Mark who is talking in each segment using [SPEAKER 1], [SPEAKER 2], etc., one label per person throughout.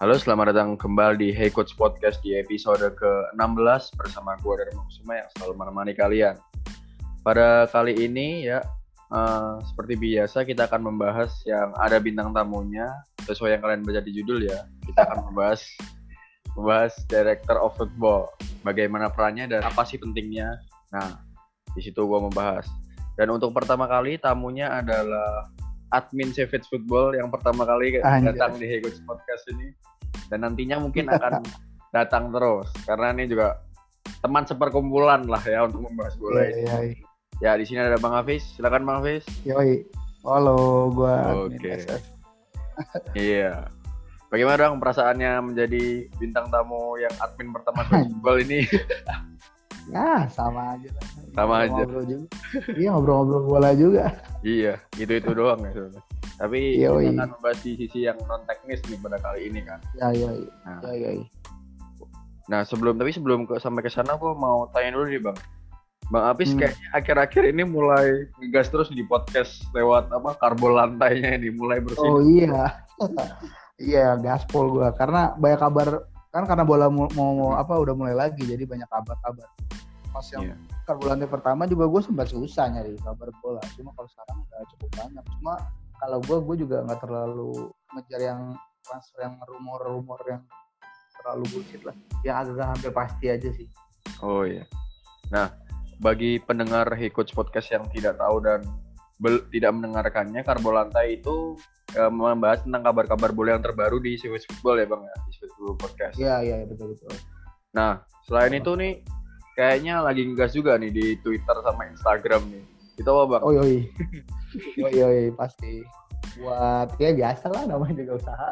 [SPEAKER 1] Halo, selamat datang kembali di Hey Coach Podcast di episode ke-16 bersama gue Dharma Kusuma yang selalu menemani kalian. Pada kali ini ya, seperti biasa kita akan membahas yang ada bintang tamunya sesuai yang kalian baca di judul ya. Kita akan membahas Director of Football, bagaimana perannya dan apa sih pentingnya. Nah, di situ gue membahas. Dan untuk pertama kali tamunya adalah admin Savage Football yang pertama kali datang di Hey Coach Podcast ini. Dan nantinya mungkin akan datang terus karena ini juga teman seperkumpulan lah ya untuk membahas bola ini. Ya, di sini ada Bang Hafiz. Silakan Bang Hafiz.
[SPEAKER 2] Yoi. Halo, gua
[SPEAKER 1] Oke. Iya. Bagaimana dong perasaannya menjadi bintang tamu yang admin pertama football ini?
[SPEAKER 2] Ya, sama aja lah.
[SPEAKER 1] Sama aja.
[SPEAKER 2] Iya, ngobrol-ngobrol bola juga.
[SPEAKER 1] Iya, itu doang ya sebenarnya. Tapi kita akan membahas di sisi yang non teknis nih pada kali ini kan.
[SPEAKER 2] Iya.
[SPEAKER 1] Nah, sebelum sampai ke sana aku mau tanya dulu nih Bang. Bang Hafiz kayaknya akhir-akhir ini mulai ngegas terus di podcast lewat karbol lantainya ini mulai bersih.
[SPEAKER 2] Oh iya. Iya, gaspol gua karena banyak kabar kan karena bola udah mulai lagi jadi banyak kabar-kabar. Pas yang karbol lantai pertama juga gue sempat susah nyari kabar bola. Cuma kalau sekarang udah cukup banyak. Cuma kalau gue juga nggak terlalu ngejar yang transfer yang rumor yang terlalu bullshit lah. Yang agak hampir pasti aja sih.
[SPEAKER 1] Oh iya. Nah, bagi pendengar Hey Coach Podcast yang tidak tahu dan tidak mendengarkannya, Karbol Lantai itu membahas tentang kabar-kabar bola yang terbaru di Savage Football ya Bang ya, di Savage Football Podcast.
[SPEAKER 2] Iya betul.
[SPEAKER 1] Nah, selain itu nih kayaknya lagi ngegas juga nih di Twitter sama Instagram nih. Itu apa Bang?
[SPEAKER 2] Oh yoi, pasti. Buat ya biasa lah namanya juga usaha.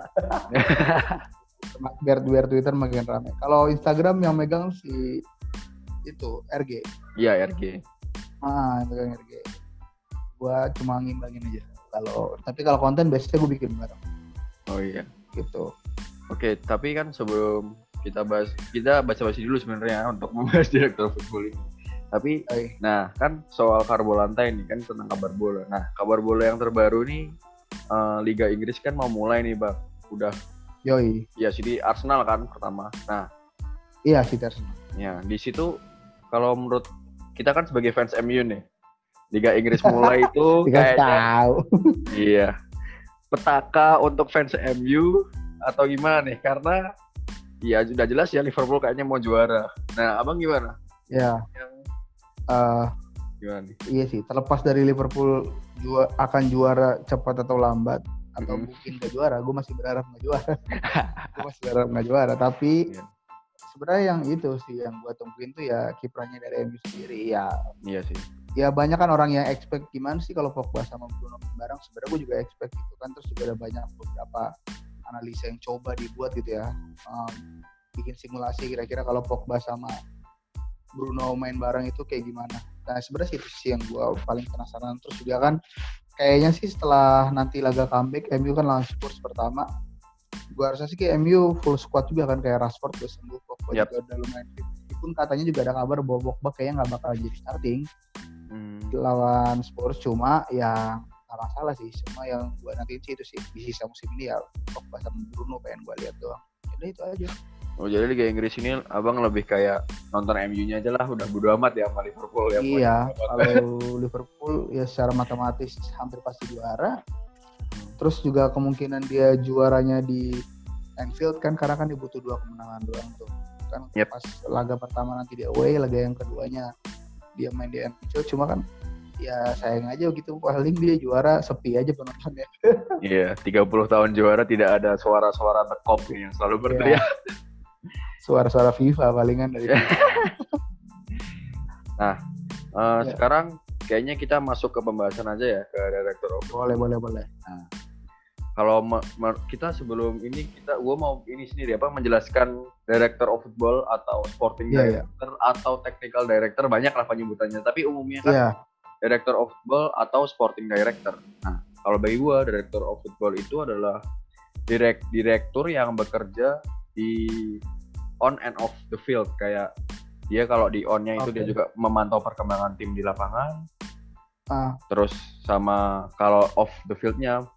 [SPEAKER 2] biar Twitter makin ramai. Kalau Instagram yang megang si itu RG.
[SPEAKER 1] Iya, RG.
[SPEAKER 2] Megang RG. Gua cuma ngimbangin aja. Tapi kalau konten biasanya gue bikin bareng.
[SPEAKER 1] Oh iya.
[SPEAKER 2] Gitu.
[SPEAKER 1] Oke, tapi kan sebelum kita baca-baca dulu sebenarnya untuk membahas Director Football ini. Tapi, nah kan soal Karbol Lantai ini kan tentang kabar bola. Nah, kabar bola yang terbaru nih, Liga Inggris kan mau mulai nih Bang. Udah.
[SPEAKER 2] Yoi.
[SPEAKER 1] Ya, City Arsenal kan pertama. Nah.
[SPEAKER 2] Iya, City Arsenal.
[SPEAKER 1] Ya, di situ kalau menurut kita kan sebagai fans MU nih, Liga Inggris mulai itu kayaknya. Iya. Petaka untuk fans MU atau gimana nih? Karena ya sudah jelas ya Liverpool kayaknya mau juara. Nah, Abang gimana?
[SPEAKER 2] Ya.
[SPEAKER 1] Gimana nih?
[SPEAKER 2] Iya sih, terlepas dari Liverpool akan juara cepat atau lambat atau mungkin gak juara, gue masih berharap gak juara. Tapi sebenarnya yang itu sih yang gue tungguin tuh ya kiprahnya dari MU sendiri ya.
[SPEAKER 1] Iya sih.
[SPEAKER 2] Ya banyak kan orang yang expect gimana sih kalau Pogba sama Bruno bareng. Sebenarnya gue juga expect gitu kan. Terus juga ada banyak beberapa analisa yang coba dibuat gitu ya, bikin simulasi kira-kira kalau Pogba sama Bruno main bareng itu kayak gimana. Nah sebenarnya itu sih yang gue paling penasaran. Terus juga kan kayaknya sih setelah nanti laga comeback MU kan lawan Spurs pertama, gue rasa sih kayak MU full squad juga kan, kayak Rashford udah sembuh, Pogba juga udah lumayan fit. Meskipun katanya juga ada kabar bahwa Pogba kayaknya nggak bakal jadi starting lawan Spurs, cuma ya nggak masalah sih. Semua yang gue nanti sih itu sih di sisa musim ini ya Pogba sama Bruno pengen gue lihat doang. Jadi itu aja.
[SPEAKER 1] Oh jadi Liga Inggris ini abang lebih kayak nonton MU-nya aja lah, udah bodo amat ya sama Liverpool ya.
[SPEAKER 2] Iya, kalau Liverpool ya secara matematis hampir pasti juara. Terus juga kemungkinan dia juaranya di Anfield kan, karena kan dibutuh 2 kemenangan doang tuh. Kan pas laga pertama nanti di away, laga yang keduanya dia main di Anfield. Cuma kan ya sayang aja gitu, paling dia juara sepi aja penontonnya.
[SPEAKER 1] Iya, 30 tahun juara tidak ada suara-suara The Cop yang selalu berteriak.
[SPEAKER 2] Suara-suara FIFA palingan dari
[SPEAKER 1] Nah, sekarang kayaknya kita masuk ke pembahasan aja ya ke Director of Football.
[SPEAKER 2] Boleh.
[SPEAKER 1] Nah, kalau kita sebelum ini gue mau ini sendiri menjelaskan Director of Football atau Sporting Director atau Technical Director, banyak lah penyebutannya. Tapi umumnya kan Director of Football atau Sporting Director. Nah, kalau bagi gue Director of Football itu adalah direktur yang bekerja di on and off the field. Kayak dia kalau di on-nya itu dia juga memantau perkembangan tim di lapangan. Terus sama kalau off the field-nya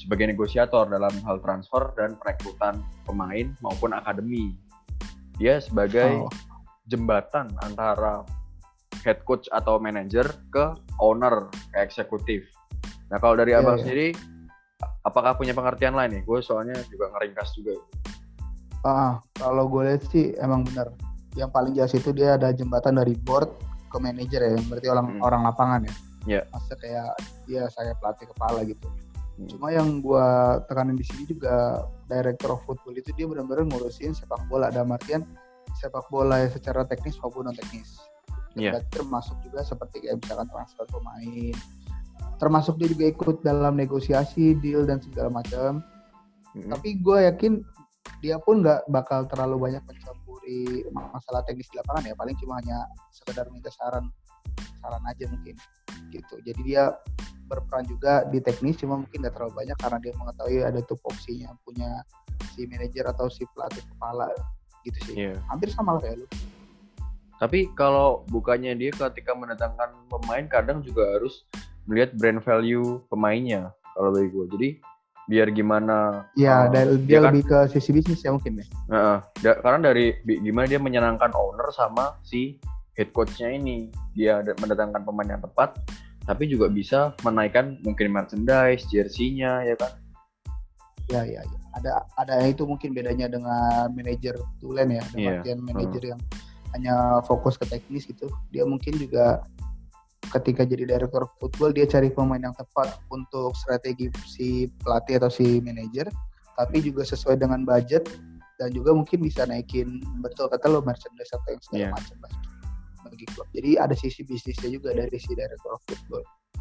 [SPEAKER 1] sebagai negosiator dalam hal transfer dan perekrutan pemain maupun akademi. Dia sebagai jembatan antara head coach atau manajer ke owner, ke eksekutif. Nah kalau dari abang sendiri, apakah punya pengertian lain nih? Gue soalnya juga ngeringkas juga.
[SPEAKER 2] Kalau gue lihat sih emang benar. Yang paling jelas itu dia ada jembatan dari board ke manajer ya, yang berarti orang lapangan ya.
[SPEAKER 1] Yeah.
[SPEAKER 2] Maksudnya kayak dia saya pelatih kepala gitu. Cuma yang gue tekanin di sini juga director of football itu dia benar-benar ngurusin sepak bola, dalam artian sepak bola ya secara teknis maupun non teknis. Termasuk juga seperti kayak misalkan transfer pemain, termasuk dia juga ikut dalam negosiasi deal dan segala macam. Tapi gue yakin dia pun nggak bakal terlalu banyak mencampuri masalah teknis di lapangan ya, paling cuma hanya sekedar minta saran aja mungkin gitu. Jadi dia berperan juga di teknis, cuma mungkin nggak terlalu banyak karena dia mengetahui ada tupoksinya punya si manajer atau si pelatih kepala gitu sih. Hampir sama lah kayak lu.
[SPEAKER 1] Tapi kalau bukannya dia ketika mendatangkan pemain kadang juga harus melihat brand value pemainnya kalau bagi gue. Jadi biar gimana
[SPEAKER 2] dia kan, lebih ke sisi bisnis ya mungkin ya.
[SPEAKER 1] Karena dari gimana dia menyenangkan owner sama si head coach-nya ini, dia mendatangkan pemain yang tepat tapi juga bisa menaikkan mungkin merchandise, jersey-nya ya kan.
[SPEAKER 2] Ya. Ada itu mungkin bedanya dengan manajer tulen ya, dengan manajer yang hanya fokus ke teknis gitu. Dia mungkin juga ketika jadi director football dia cari pemain yang tepat untuk strategi si pelatih atau si manajer, tapi juga sesuai dengan budget dan juga mungkin bisa naikin betul kata lo merchandise atau yang segala macam bagi klub. Jadi ada sisi bisnisnya juga dari si director football.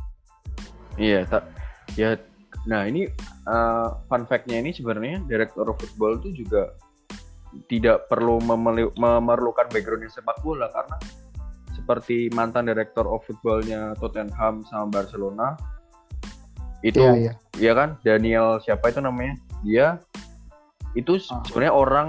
[SPEAKER 1] Nah ini fun fact-nya ini sebenarnya director football itu juga tidak perlu memerlukan background yang sepak bola, karena seperti mantan director of football-nya Tottenham sama Barcelona itu ya kan, Daniel siapa itu namanya, dia itu sebenarnya orang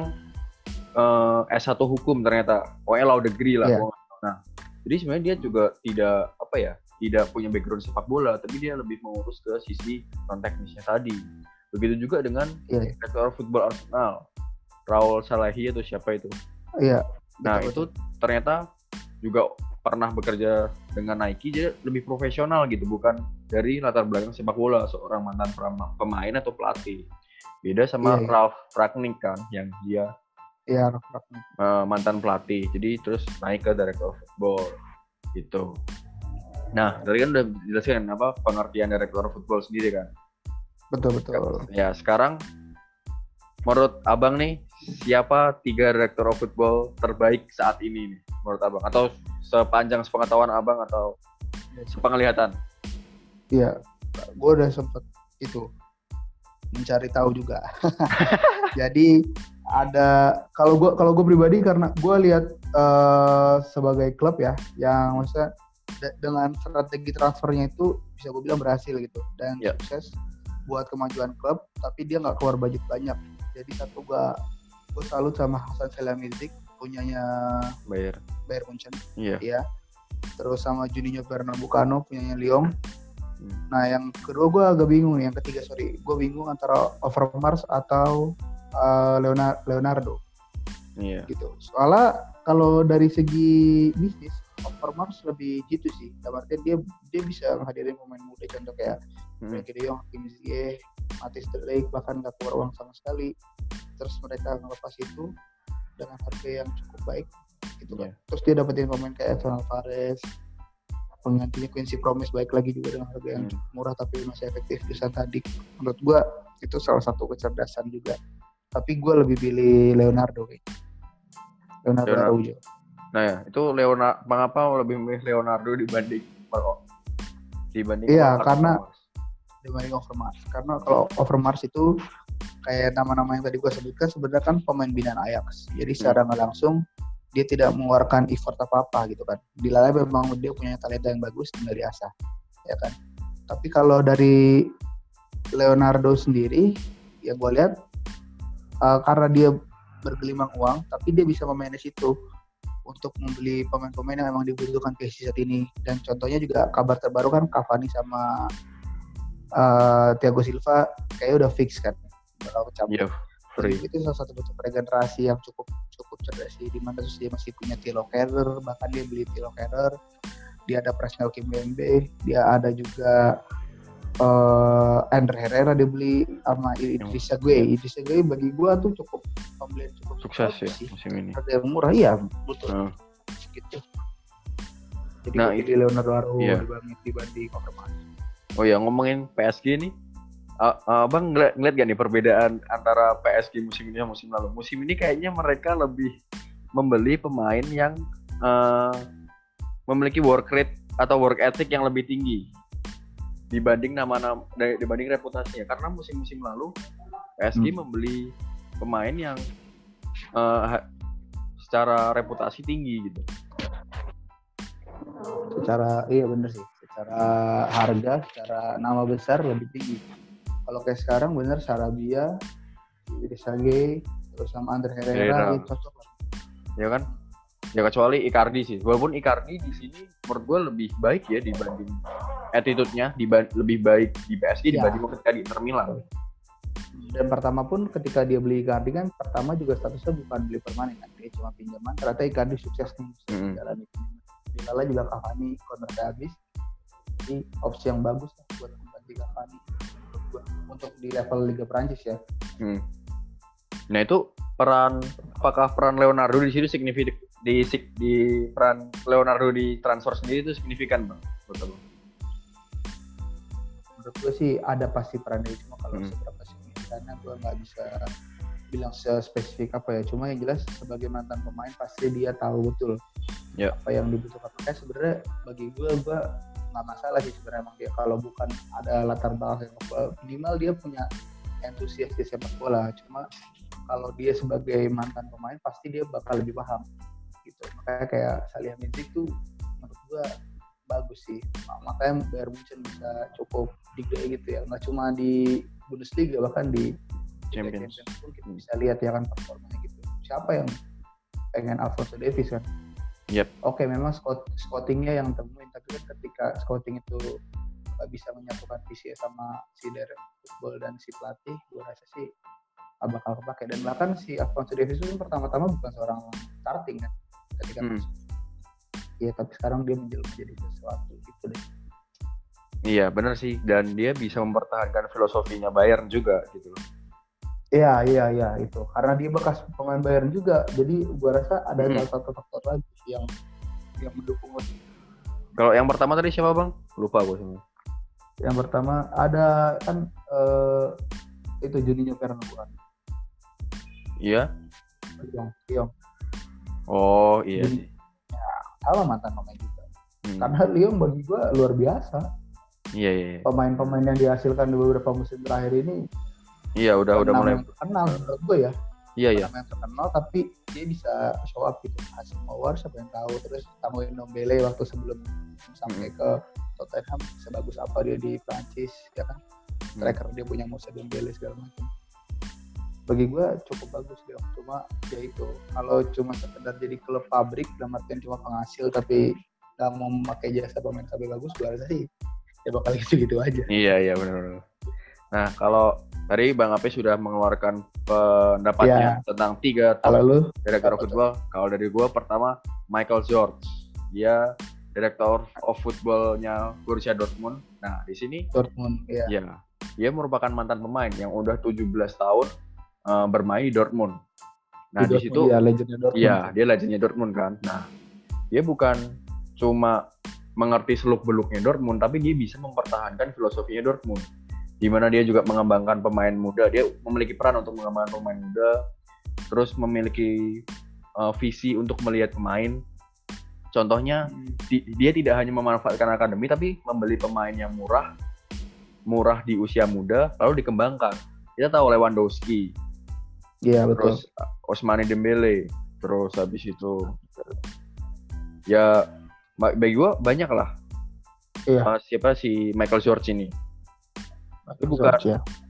[SPEAKER 1] S1 hukum ternyata, pokoknya law degree lah. Nah jadi sebenarnya dia juga tidak punya background sepak bola, tapi dia lebih mengurus ke sisi non teknisnya tadi. Begitu juga dengan director of football Arsenal, Raul Salahi atau siapa itu. Nah itu ternyata juga pernah bekerja dengan Nike, jadi lebih profesional gitu, bukan dari latar belakang sepak bola, seorang mantan pemain atau pelatih. Beda sama Ralf Rangnick kan, yang dia mantan pelatih, jadi terus naik ke director of football gitu. Nah tadi kan udah dijelaskan apa pengertian director of football sendiri kan.
[SPEAKER 2] Betul.
[SPEAKER 1] Ya sekarang menurut abang nih, siapa 3 director of football terbaik saat ini nih menurut abang, atau sepanjang sepengetahuan abang atau sepenglihatan?
[SPEAKER 2] Iya, gue udah sempet itu mencari tahu juga. Jadi ada, kalau gue pribadi, karena gue lihat sebagai klub ya, yang maksudnya dengan strategi transfernya itu bisa gue bilang berhasil gitu dan sukses buat kemajuan klub, tapi dia nggak keluar budget banyak. Jadi satu gue salut sama Hasan Salihamidzic, punyanya Bayern Munchen. Iya. Terus sama Juninho Pernambucano punyanya Lyon. Nah yang kedua gue agak bingung, yang ketiga gue bingung antara Overmars atau Leonardo. Gitu. Soalnya kalau dari segi bisnis Overmars lebih gitu sih. Artinya dia bisa menghadirin pemain muda, contoh kayak Frenkie de Jong, Hakim Ziyech, Matthijs de Ligt, bahkan nggak keluar uang sama sekali. Terus mereka ngelepas itu dengan harga yang cukup baik gitu kan. Terus dia dapetin pemain kayak Edson Alvarez, penggantinya Quincy Promes baik lagi juga dengan harga yang cukup murah tapi masih efektif. Dusan Tadic, menurut gue itu salah satu kecerdasan juga. Tapi gue lebih pilih Leonardo Araujo.
[SPEAKER 1] Nah ya, itu mengapa lebih memilih Leonardo dibanding
[SPEAKER 2] karena dibanding Overmars. Karena kalau Overmars itu kayak nama-nama yang tadi gue sebutkan sebenarnya kan pemain binaan Ajax. Jadi secara nggak langsung dia tidak mengeluarkan effort apa-apa gitu kan. Dilalai memang dia punya talenta yang bagus dan dari asah, ya kan. Tapi kalau dari Leonardo sendiri, yang gue lihat karena dia bergelimang uang, tapi dia bisa memanage itu untuk membeli pemain-pemain yang memang dibutuhkan PSG saat ini. Dan contohnya juga kabar terbaru kan Cavani sama Thiago Silva kayak udah fix kan bakal cabut.
[SPEAKER 1] Iya, free.
[SPEAKER 2] Itu salah satu bentuk regenerasi yang cukup cerdas sih, di mana terus dia masih punya Thilo Kehrer, bahkan dia beli Thilo Kehrer, dia ada Presnel Kimpembe, dia ada juga Andre Herrera dia beli sama Idrissa Gueye bagi gua tuh cukup pembelian cukup
[SPEAKER 1] Sukses ya
[SPEAKER 2] sih.
[SPEAKER 1] musim ini.
[SPEAKER 2] Harga yang murah ya betul. Gitu. Jadi
[SPEAKER 1] Nah,
[SPEAKER 2] itu Leonardo Araujo
[SPEAKER 1] iya.
[SPEAKER 2] dibanding Overmars.
[SPEAKER 1] Oh ya, ngomongin PSG nih, Bang ngeliat gak nih perbedaan antara PSG musim ini sama musim lalu? Musim ini kayaknya mereka lebih membeli pemain yang memiliki work rate atau work ethic yang lebih tinggi dibanding dibanding reputasinya. Karena musim-musim lalu PSG membeli pemain yang secara reputasi tinggi gitu.
[SPEAKER 2] Iya bener sih. Secara harga, secara nama besar lebih tinggi. Kalau kayak sekarang bener Sarabia, Idrissa Gueye, terus sama Andre Herrera itu cocok lah. Ya kan?
[SPEAKER 1] Ya kecuali Icardi sih. Walaupun Icardi di sini menurut gue lebih baik ya dibanding attitude-nya lebih baik di PSG dibanding ketika di Inter Milan.
[SPEAKER 2] Dan pertama pun ketika dia beli Icardi kan pertama juga statusnya bukan beli permanen kan, dia cuma pinjaman. Ternyata Icardi sukses nih jalan itu. Di Lala juga Cavani kontraknya habis. Jadi opsi yang bagus lah buat mengganti Cavani untuk di level Liga Prancis ya.
[SPEAKER 1] Nah itu apakah peran Leonardo di sini signifikan di peran Leonardo di transfer sendiri itu signifikan Bang? Betul.
[SPEAKER 2] Menurut gue sih ada pasti perannya, cuma kalau seberapa signifikannya gue nggak bisa bilang spesifik apa ya. Cuma yang jelas sebagai mantan pemain pasti dia tahu betul apa yang dibutuhkan. Makanya sebenarnya bagi gue nggak masalah sih sebenarnya, emang dia kalau bukan ada latar belakang sepak bola, minimal dia punya antusias di sepak bola. Cuma kalau dia sebagai mantan pemain pasti dia bakal lebih paham gitu. Makanya kayak Salihamidzic tuh menurut gue bagus sih. Makanya Bayern Munchen bisa cukup digede gitu ya, nggak cuma di Bundesliga, bahkan di Champions pun kita bisa lihat ya kan performanya gitu. Siapa yang pengen Alphonso Davies kan? Oke, memang scoutingnya yang temuin, tapi kan ketika scouting itu nggak bisa menyatukan visi sama si director football dan si pelatih, gue rasa sih bakal kepake. Dan bahkan si Alphonso Davies itu pertama-tama bukan seorang starting kan ketika masuk. Ya tapi sekarang dia menjadi sesuatu gitu deh.
[SPEAKER 1] Iya benar sih, dan dia bisa mempertahankan filosofinya Bayern juga gitu loh.
[SPEAKER 2] Iya itu karena dia bekas pemain Bayern juga, jadi gua rasa ada salah satu faktor lagi yang mendukung.
[SPEAKER 1] Kalau yang pertama tadi siapa Bang? Lupa gua semua.
[SPEAKER 2] Yang pertama ada kan itu Juninho Pernambucano.
[SPEAKER 1] Iya.
[SPEAKER 2] Lyon.
[SPEAKER 1] Oh iya sih.
[SPEAKER 2] Ya, sama mantan pemain juga. Karena Lyon bagi gua luar biasa.
[SPEAKER 1] Iya.
[SPEAKER 2] Pemain-pemain yang dihasilkan di beberapa musim terakhir ini.
[SPEAKER 1] Iya udah mulai
[SPEAKER 2] terkenal menurut gue ya.
[SPEAKER 1] Iya.
[SPEAKER 2] Yang terkenal tapi dia bisa show up gitu. Hasil Mawar siapa yang tahu, terus tamuin Ndombele waktu sebelum sampai ke Tottenham sebagus apa dia di Prancis ya kan. Striker dia punya Moussa Dembele segala macam. Bagi gue cukup bagus dia. Cuma ya itu kalau cuma sekedar jadi klub pabrik dalam artian cuma penghasil tapi nggak mau memakai jasa pemain sampai bagus, gue rasa sih ya bakal gitu aja.
[SPEAKER 1] Iya benar. Nah kalau tadi Bang Ape sudah mengeluarkan pendapatnya tentang 3 top direktur football. Kalau dari gue pertama Michael George, dia direktur of footballnya Borussia Dortmund. Nah di sini
[SPEAKER 2] Dortmund ya,
[SPEAKER 1] dia merupakan mantan pemain yang udah 17 tahun bermain di Dortmund. Nah di situ dia legendnya Dortmund kan. Nah dia bukan cuma mengerti seluk-beluknya Dortmund, tapi dia bisa mempertahankan filosofinya Dortmund, di mana dia juga mengembangkan pemain muda. Dia memiliki peran untuk mengembangkan pemain muda, terus memiliki visi untuk melihat pemain. Contohnya, dia tidak hanya memanfaatkan akademi, tapi membeli pemain yang murah di usia muda, lalu dikembangkan. Kita tahu Lewandowski, terus Ousmane Dembele, terus habis itu ya bagi gue banyak lah. Siapa si Michael George ini? Itu bukan.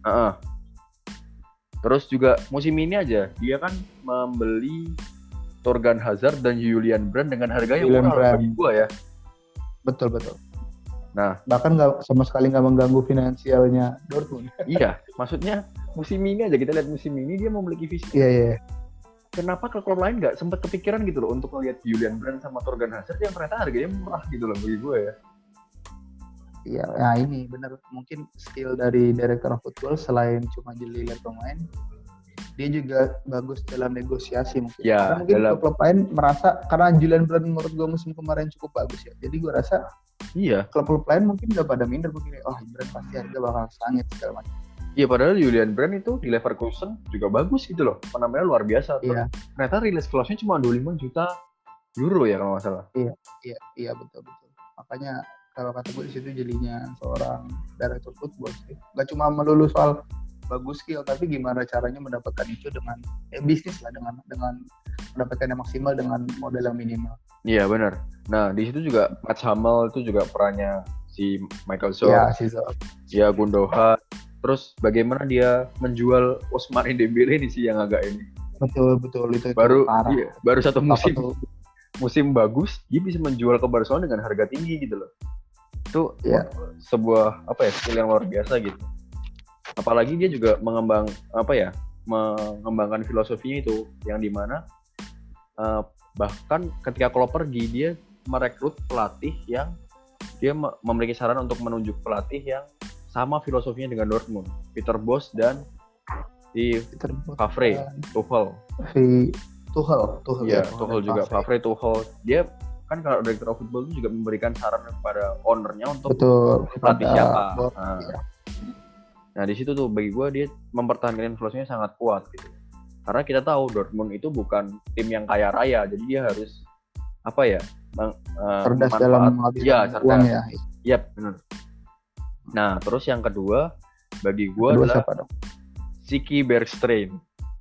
[SPEAKER 1] Terus juga musim ini aja dia kan membeli Thorgan Hazard dan Julian Brandt dengan harga yang murah bagi gue ya.
[SPEAKER 2] Betul.
[SPEAKER 1] Nah,
[SPEAKER 2] bahkan nggak sama sekali nggak mengganggu finansialnya Dortmund.
[SPEAKER 1] iya, maksudnya musim ini aja kita lihat musim ini dia memiliki visi.
[SPEAKER 2] Iya.
[SPEAKER 1] Kenapa klub lain nggak sempat kepikiran gitu loh untuk melihat Julian Brandt sama Thorgan Hazard yang ternyata harganya murah gitu loh bagi gue ya.
[SPEAKER 2] Iya, nah ini benar, mungkin skill dari director of football selain cuma jeli lihat pemain, dia juga bagus dalam negosiasi mungkin.
[SPEAKER 1] Ya,
[SPEAKER 2] Karena mungkin klub lain merasa karena Julian Brandt menurut gue musim kemarin cukup bagus ya. Jadi gue rasa klub lain mungkin udah pada minder begini, oh Brandt pasti harga bakal sangit segala macam.
[SPEAKER 1] Iya, padahal Julian Brandt itu di Leverkusen juga bagus gitu loh. Penampilannya luar biasa.
[SPEAKER 2] Iya.
[SPEAKER 1] Ternyata release clause-nya cuma 25 juta euro ya kalau nggak salah.
[SPEAKER 2] Iya betul. Makanya kalau kata gue di situ jelinya seorang director football sih. Gak cuma melulu soal bagus skill, tapi gimana caranya mendapatkan itu dengan bisnis lah, dengan mendapatkan yang maksimal dengan modal yang minimal.
[SPEAKER 1] Iya benar. Nah di situ juga Mats Hummel itu juga perannya si Michael Zorc.
[SPEAKER 2] Iya si Zorc.
[SPEAKER 1] Ya Gundogan. Terus bagaimana dia menjual Ousmane Dembele ini sih yang agak ini.
[SPEAKER 2] Betul itu
[SPEAKER 1] baru
[SPEAKER 2] parah.
[SPEAKER 1] Iya, baru satu musim bagus dia bisa menjual ke Barcelona dengan harga tinggi gitu loh. Itu sebuah skill yang luar biasa gitu. Apalagi dia juga mengembangkan filosofinya itu yang dimana bahkan ketika Klopp pergi dia merekrut pelatih yang dia memiliki saran untuk menunjuk pelatih yang sama filosofinya dengan Dortmund, Peter Bosz dan Favre, Tuchel. Iya, Tuchel juga, Favre, Tuchel. Dia kan kalau director of football itu juga memberikan saran kepada ownernya untuk pelatih siapa. Nah di situ tuh bagi gue dia mempertahankan filosofinya sangat kuat gitu. Karena kita tahu Dortmund itu bukan tim yang kaya raya, jadi dia harus
[SPEAKER 2] cerdas dalam menghabiskan uang ya.
[SPEAKER 1] Iya benar. Nah terus yang kedua bagi gue adalah Siki Bergström.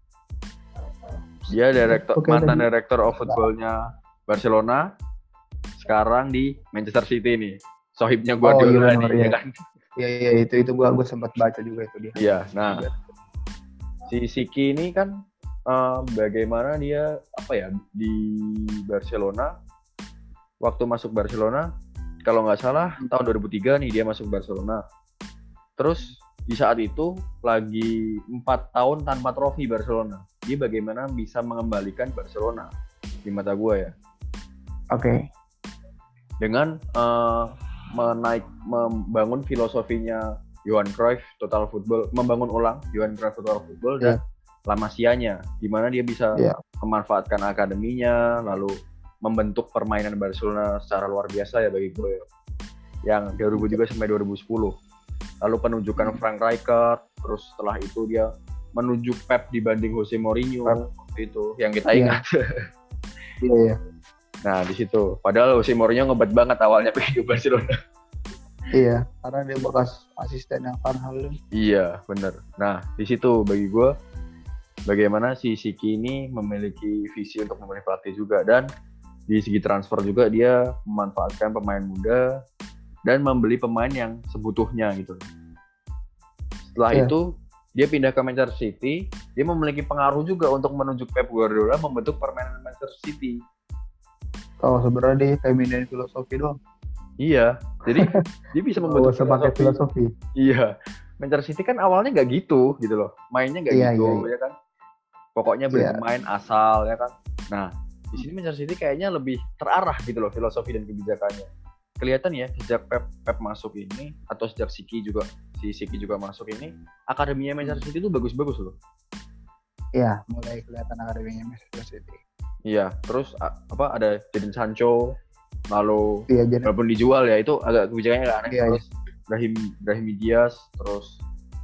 [SPEAKER 1] Dia mantan director of footballnya Barcelona. Sekarang di Manchester City nih, sohibnya Guardiola nih, ya kan?
[SPEAKER 2] Iya itu gue sempat baca juga itu dia.
[SPEAKER 1] Iya, nah si Siki ini kan bagaimana dia di Barcelona, waktu masuk Barcelona, kalau nggak salah tahun 2003 nih dia masuk Barcelona. Terus di saat itu lagi 4 tahun tanpa trofi Barcelona. Dia bagaimana bisa mengembalikan Barcelona di mata gue ya.
[SPEAKER 2] Oke.
[SPEAKER 1] Dengan membangun filosofinya Johan Cruyff Total Football, membangun ulang Johan Cruyff Total Football dan La Masia-nya, di mana dia bisa memanfaatkan akademinya, lalu membentuk permainan Barcelona secara luar biasa ya bagi gue. Yang 2003 sampai 2010. Lalu penunjukan Frank Rijkaard, terus setelah itu dia menunjuk Pep dibanding Jose Mourinho, itu yang kita ingat.
[SPEAKER 2] Iya.
[SPEAKER 1] Nah di situ, padahal Jose Mourinho ngebet banget awalnya pergi ke Barcelona.
[SPEAKER 2] Iya, karena dia bekas asisten yang Van Hal.
[SPEAKER 1] Iya, benar. Nah di situ bagi gue, bagaimana si Siki ini memiliki visi untuk memilih pelatih juga, dan di segi transfer juga dia memanfaatkan pemain muda dan membeli pemain yang sebutuhnya gitu. Setelah itu dia pindah ke Manchester City, dia memiliki pengaruh juga untuk menunjuk Pep Guardiola membentuk permainan Manchester City.
[SPEAKER 2] Oh, sebenarnya dia feminin filosofi doang.
[SPEAKER 1] Iya, jadi dia bisa membentuk
[SPEAKER 2] filosofi.
[SPEAKER 1] Iya, Manchester City kan awalnya nggak gitu loh, mainnya nggak gitu. Ya kan. Pokoknya beli pemain asal ya kan. Nah, di sini Manchester City kayaknya lebih terarah gitu loh filosofi dan kebijakannya. Kelihatan ya sejak Pep masuk ini atau sejak Siki juga masuk ini, akademinya Manchester City itu bagus-bagus loh.
[SPEAKER 2] Iya, mulai kelihatan akademinya Manchester City.
[SPEAKER 1] Iya, terus ada Jadon Sancho, lalu walaupun dijual ya itu agak kebijakannya agak aneh. Terus Brahim Diaz, terus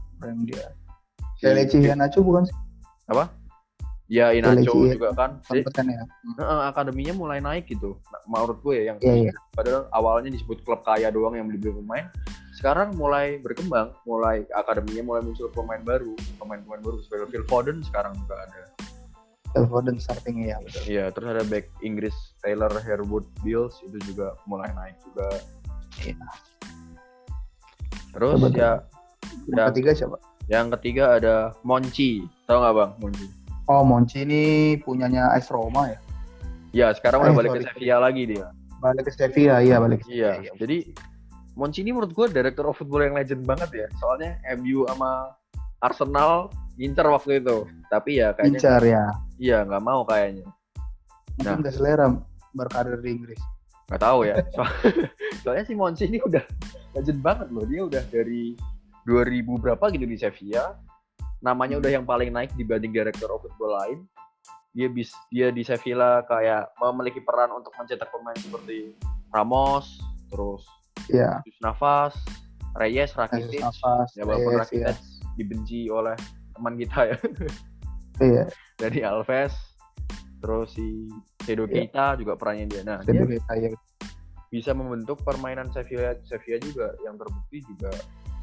[SPEAKER 2] Kelechi Iheanacho bukan sih?
[SPEAKER 1] Apa? Ya Iheanacho juga kan. Akademinya mulai naik gitu. Menurut gue yang padahal awalnya disebut klub kaya doang yang beli pemain. Sekarang mulai berkembang, akademinya mulai muncul pemain baru seperti Phil Foden sekarang juga ada.
[SPEAKER 2] Phil Foden starting ya betul.
[SPEAKER 1] Iya, terus ada back Inggris Taylor Harewood-Bills itu juga mulai naik juga.
[SPEAKER 2] Iya.
[SPEAKER 1] Terus
[SPEAKER 2] yang ketiga siapa?
[SPEAKER 1] Yang ketiga ada Monchi. Tahu nggak Bang Monchi?
[SPEAKER 2] Oh, Monchi ini punyanya AS Roma ya?
[SPEAKER 1] Ya, sekarang udah balik ke Sevilla lagi dia.
[SPEAKER 2] Balik ke Sevilla, iya balik ke
[SPEAKER 1] Sevilla. Iya, jadi Monchi ini menurut gue director of football yang legend banget ya. Soalnya MU sama Arsenal ngincer waktu itu. Tapi ya kayaknya
[SPEAKER 2] Incar ya.
[SPEAKER 1] iya nggak mau kayaknya.
[SPEAKER 2] Mungkin
[SPEAKER 1] Nah.
[SPEAKER 2] nggak selera berkarir di Inggris.
[SPEAKER 1] Nggak tahu ya. Soalnya si Monchi ini udah legend banget loh. Dia udah dari 2000 berapa gitu di Sevilla. Namanya udah yang paling naik dibanding director of football lain. Dia di Sevilla kayak memiliki peran untuk mencetak pemain seperti Ramos, terus
[SPEAKER 2] Iya.
[SPEAKER 1] Navas, Reyes, Rakitic. Ya walaupun Rakitic dibenci oleh teman kita ya.
[SPEAKER 2] Iya.
[SPEAKER 1] Dari Alves, terus si Sedo Keita juga perannya dia. Nah,
[SPEAKER 2] Sedo
[SPEAKER 1] dia
[SPEAKER 2] Keita ya.
[SPEAKER 1] bisa membentuk permainan Sevilla juga yang terbukti juga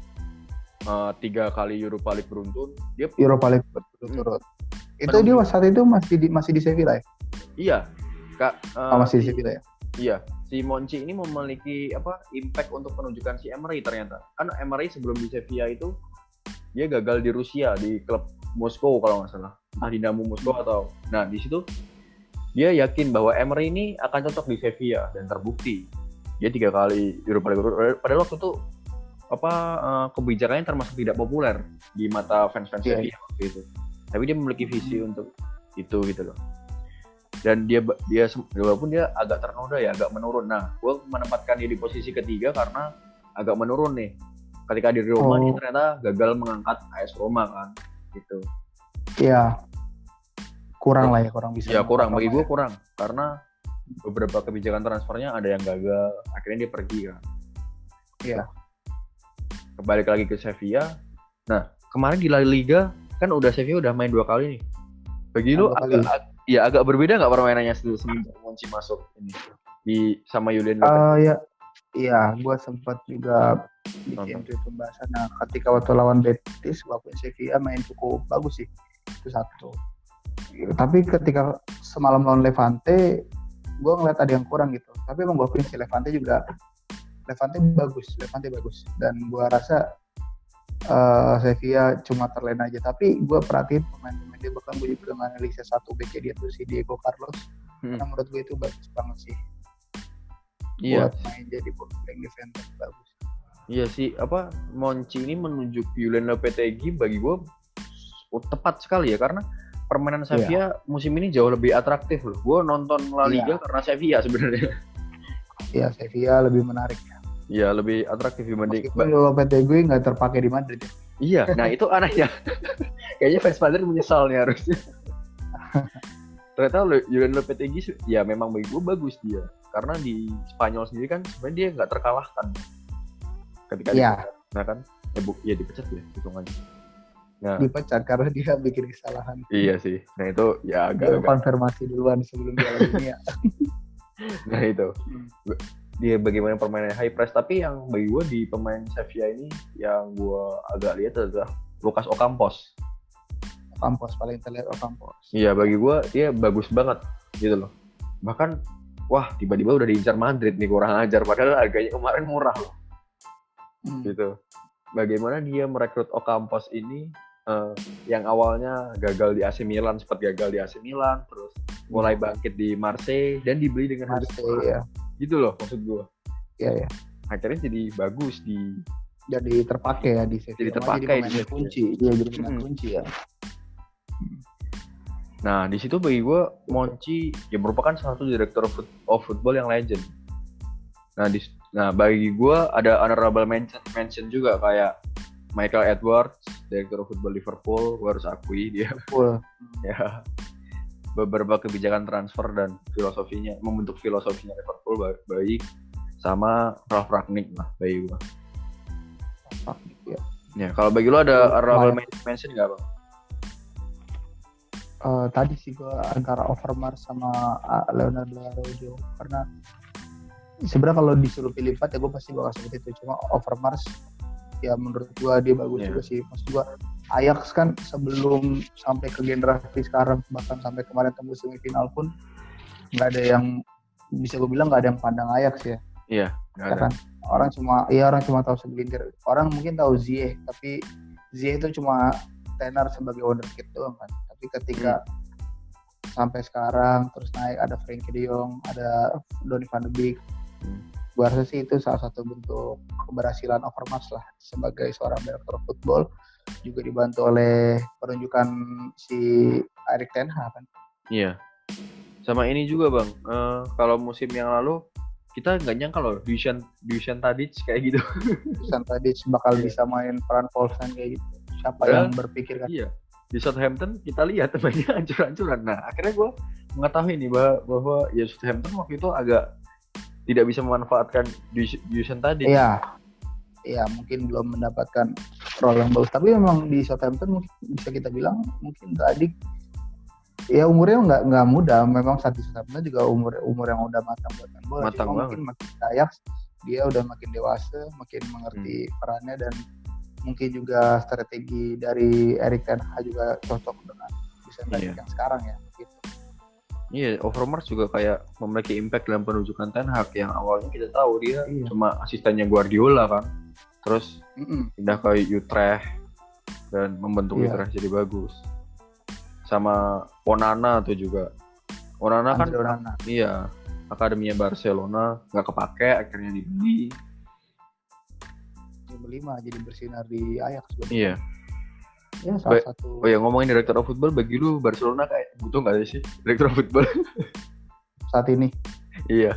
[SPEAKER 1] 3 kali Europa League beruntun. Dia
[SPEAKER 2] Europa League berturut-turut. Itu dia saat itu masih di Sevilla ya?
[SPEAKER 1] Iya, Kak.
[SPEAKER 2] Masih di Sevilla ya?
[SPEAKER 1] Iya, si Monchi ini memiliki impact untuk penunjukan si Emery ternyata. Kan Emery sebelum di Sevilla itu dia gagal di Rusia di klub Moskow kalau nggak salah. Entah Dinamo Moskow atau. Nah, di situ dia yakin bahwa Emery ini akan cocok di Sevilla dan terbukti. Dia 3 kali Europa League. Padahal waktu itu kebijakannya termasuk tidak populer di mata fans-fans Sevilla waktu itu. Tapi dia memiliki visi untuk itu gitu loh. Dan dia walaupun dia agak ternoda ya, agak menurun. Nah, gue menempatkan dia di posisi ketiga karena agak menurun nih. Ketika di Roma dia ternyata gagal mengangkat AS Roma kan, gitu.
[SPEAKER 2] Iya. Kurang bisa.
[SPEAKER 1] Ya kurang, bagi gue kurang. Karena beberapa kebijakan transfernya ada yang gagal, akhirnya dia pergi kan.
[SPEAKER 2] Iya.
[SPEAKER 1] Kembali lagi ke Sevilla. Nah, kemarin di La Liga kan Sevilla udah main 2 kali nih. Bagi lu agak berbeda nggak permainannya semenjak Monchi masuk ini sama Julian Lopetegui?
[SPEAKER 2] Iya, gue sempat juga bikin pembahasan. Nah, ketika waktu lawan Betis, walaupun Sevilla main cukup bagus sih, itu satu. Tapi ketika semalam lawan Levante, gue ngeliat ada yang kurang gitu. Tapi emang gue pikir si Levante bagus. Dan gue rasa Sevilla cuma terlena aja. Tapi gue perhatiin pemain-pemain dia, bahkan gue juga menganalisa satu back dia tuh si Diego Carlos. Karena menurut gue itu bagus banget sih. Buat main jadi playing defender bagus.
[SPEAKER 1] Iya sih, Monchi ini menunjuk Julian Lopetegui bagi gue tepat sekali ya, karena permainan Sevilla musim ini jauh lebih atraktif loh. Gue nonton La Liga karena Sevilla sebenarnya.
[SPEAKER 2] Iya, Sevilla lebih menarik ya.
[SPEAKER 1] Iya, lebih atraktif dibanding.
[SPEAKER 2] Meskipun Lopetegui nggak terpakai di Madrid.
[SPEAKER 1] Iya, nah itu aneh ya. Kayaknya fans Madrid menyesal nih harusnya. Ternyata Julian Lopetegui ya memang bagi gue bagus dia. Karena di Spanyol sendiri kan sebenarnya dia nggak terkalahkan. Ketika dipecat, nah kan, dipecat ya hitungannya. Nah,
[SPEAKER 2] dipecat karena dia bikin kesalahan.
[SPEAKER 1] Iya sih. Nah itu ya agak
[SPEAKER 2] konfirmasi duluan sebelum Piala Dunia.
[SPEAKER 1] Nah itu. Dia bagaimana permainan high press, tapi yang bagi gue di pemain Sevilla ini yang gue agak lihat adalah Lucas Ocampos
[SPEAKER 2] paling terlihat Ocampos.
[SPEAKER 1] Iya, bagi gue dia bagus banget gitu loh. Bahkan tiba-tiba udah diincar Madrid nih, kurang ajar, padahal harganya kemarin murah loh. Gitu. Bagaimana dia merekrut Ocampos ini yang awalnya gagal di AC Milan, terus mulai bangkit di Marseille dan dibeli dengan harga murah. Gitu loh maksud gue.
[SPEAKER 2] Iya.
[SPEAKER 1] Akhirnya jadi bagus
[SPEAKER 2] jadi terpakai ya di Sevilla.
[SPEAKER 1] Jadi terpakai
[SPEAKER 2] di kunci. Dia jadi pemain kunci ya.
[SPEAKER 1] Nah, di situ bagi gue Monchi ya merupakan salah satu direktur of football yang legend. Nah, bagi gue ada honorable mention juga kayak Michael Edwards, direktur football Liverpool, gue harus akui dia. Ya. Beberapa kebijakan transfer dan membentuk filosofinya Liverpool baik, sama Ralf Rangnick lah bagi gue. Ya, kalau bagi lo ada honorable mention nggak bang?
[SPEAKER 2] Tadi sih gue antara Overmars sama Leonardo Araujo, karena sebenarnya kalau disuruh pilih 4 ya gue pasti bakal seperti itu. Cuma Overmars ya menurut gue dia bagus juga sih. Maksud gue Ajax kan sebelum sampai ke generasi sekarang, bahkan sampai kemarin tembus semifinal pun nggak ada yang bisa gue bilang nggak ada yang pandang Ajax ya.
[SPEAKER 1] Iya.
[SPEAKER 2] Ya kan orang cuma tahu segelintir. Orang mungkin tahu Ziyech, tapi Ziyech itu cuma tenar sebagai wonderkid doang kan. Tapi ketika sampai sekarang terus naik ada Frenkie de Jong, ada Donny van de Beek, Gue rasa sih itu salah satu bentuk keberhasilan Overmars lah sebagai seorang direktur football, juga dibantu oleh penunjukan si Erik ten Hag kan.
[SPEAKER 1] Iya. Sama ini juga Bang, kalau musim yang lalu kita nggak nyangka loh Dusan Tadic kayak gitu.
[SPEAKER 2] Dusan Tadic bakal bisa main peran Paulsen kayak gitu. Siapa yang berpikir kan?
[SPEAKER 1] Iya. Di Southampton kita lihat mainnya hancur-hancuran. Nah akhirnya gue mengetahui nih bahwa ya Southampton waktu itu agak tidak bisa memanfaatkan Dusan Tadic.
[SPEAKER 2] Iya, mungkin belum mendapatkan role yang bagus. Tapi memang di Southampton mungkin bisa kita bilang mungkin Tadic ya umurnya nggak muda. Memang saat di Southampton juga umur yang udah matang buat main bola.
[SPEAKER 1] Matang banget.
[SPEAKER 2] Mungkin makin Ajax dia udah makin dewasa, makin mengerti perannya, dan mungkin juga strategi dari Erik ten Hag juga cocok dengan Dusan Tadic yang sekarang ya. Gitu.
[SPEAKER 1] Iya, Overmars juga kayak memiliki impact dalam penunjukan Ten Hag yang awalnya kita tahu dia cuma asistennya Guardiola kan. Terus pindah ke Utrecht dan membentuk Utrecht jadi bagus. Sama Onana tuh juga. Onana kan iya, akademinya Barcelona nggak kepake, akhirnya dibeli.
[SPEAKER 2] Jadi bersinar di Ajax.
[SPEAKER 1] Iya.
[SPEAKER 2] Ya salah satu.
[SPEAKER 1] Oh ya, ngomongin direktur of football, bagi lu Barcelona kayak butuh nggak sih direktur of football
[SPEAKER 2] saat ini?
[SPEAKER 1] Iya.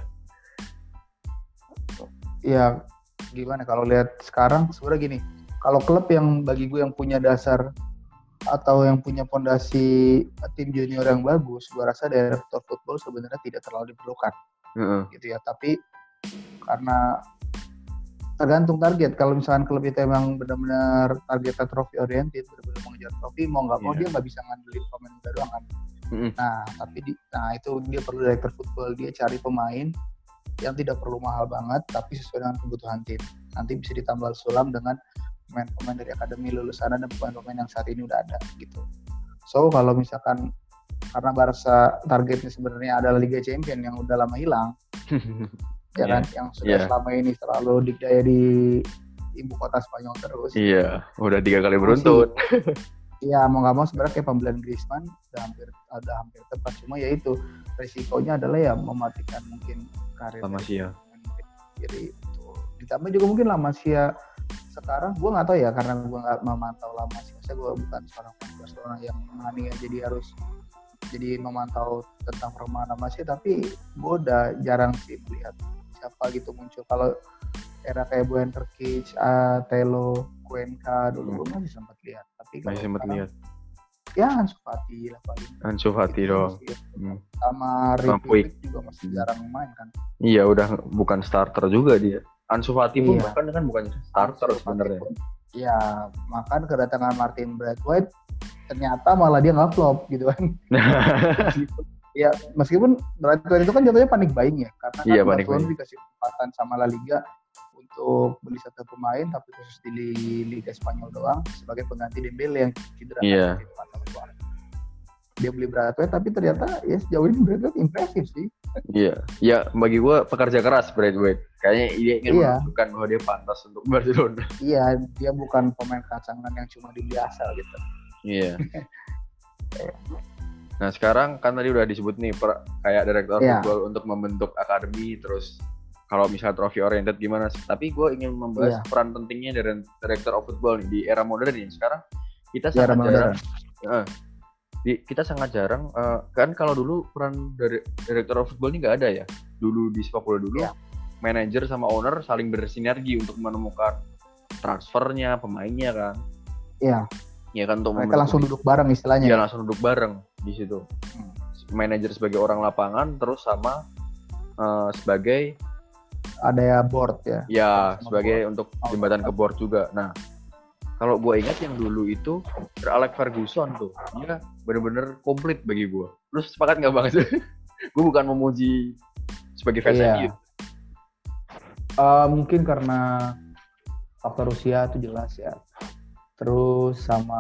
[SPEAKER 2] Ya gimana kalau lihat sekarang sebenarnya gini, kalau klub yang bagi gue yang punya dasar atau yang punya fondasi tim junior yang bagus, gue rasa direktur football sebenarnya tidak terlalu diperlukan. Gitu ya. Tapi karena tergantung target. Kalau misalkan klub itu emang benar-benar targetnya trophy oriented, benar-benar mengejar trofi, mau nggak mau dia nggak bisa ngandelin pemain muda doang kan. Nah itu dia perlu direktur football. Dia cari pemain yang tidak perlu mahal banget, tapi sesuai dengan kebutuhan tim. Nanti bisa ditambal sulam dengan pemain-pemain dari akademi lulusan dan pemain-pemain yang saat ini udah ada gitu. So kalau misalkan karena Barca targetnya sebenarnya adalah Liga Champions yang udah lama hilang, ya kan, yang sudah selama ini selalu dikdaya di ibu kota Spanyol terus.
[SPEAKER 1] Iya, udah 3 kali beruntun.
[SPEAKER 2] Iya, mau nggak mau sebenarnya kayak pembelian Griezmann udah hampir tepat, cuma ya itu resikonya adalah ya mematikan mungkin karir
[SPEAKER 1] La Masia.
[SPEAKER 2] Jadi itu ditambah juga mungkin La Masia sekarang gue nggak tahu ya, karena gue nggak memantau La Masia. Saya gue bukan seorang Barcelona yang mania, jadi harus memantau tentang permainan La Masia, tapi gue udah jarang sih melihat siapa gitu muncul. Kalau era kayak Buan Terkic, Telo, Cuenca dulu gue masih sempat lihat. Tapi
[SPEAKER 1] masih sempat lihat.
[SPEAKER 2] Ya Ansu Fati lah paling.
[SPEAKER 1] Ansu Fati dong.
[SPEAKER 2] Sama Ricky juga masih jarang main kan.
[SPEAKER 1] Iya, udah bukan starter juga dia. Ansu Fati pun bahkan kan bukan starter sebenarnya.
[SPEAKER 2] Iya, makan kedatangan Martin Braithwaite ternyata malah dia nggak flop gitu kan. Ya meskipun Braithwaite itu kan jatuhnya panik buying ya, karena kan Barcelona dikasih kesempatan sama La Liga untuk beli satu pemain, tapi khusus di Liga Spanyol doang sebagai pengganti Dembele yang cedera. Dia beli Braithwaite, tapi ternyata ya sejauh ini Braithwaite impresif sih.
[SPEAKER 1] Iya, ya bagi gue pekerja keras Braithwaite. Kayaknya dia ingin menunjukkan bahwa dia pantas untuk Barcelona.
[SPEAKER 2] Iya, dia bukan pemain kacangan yang cuma dibeli asal gitu.
[SPEAKER 1] Iya. Nah sekarang kan tadi udah disebut nih kayak direktur football untuk membentuk akademi, terus kalau misalnya trophy oriented gimana sih? Tapi gue ingin membahas peran pentingnya dari director of football nih di era modern ini. Sekarang kita sangat jarang. Kita sangat jarang. Kan kalau dulu peran dari director of football ini nggak ada ya. Dulu di sepak bola dulu, manajer sama owner saling bersinergi untuk menemukan transfernya, pemainnya kan.
[SPEAKER 2] Iya.
[SPEAKER 1] Ya kan, untuk
[SPEAKER 2] mereka langsung duduk bareng istilahnya.
[SPEAKER 1] Iya, langsung duduk bareng di situ. Manajer sebagai orang lapangan, terus sama sebagai
[SPEAKER 2] ada ya board ya.
[SPEAKER 1] Ya, sebagai board. Untuk jembatan ke board juga. Nah, kalau gue ingat yang dulu itu Alex Ferguson tuh, dia bener-bener komplit bagi gue. Lu sepakat nggak Bang? Gue bukan memuji sebagai fans MU.
[SPEAKER 2] Mungkin karena faktor usia itu jelas ya. Terus sama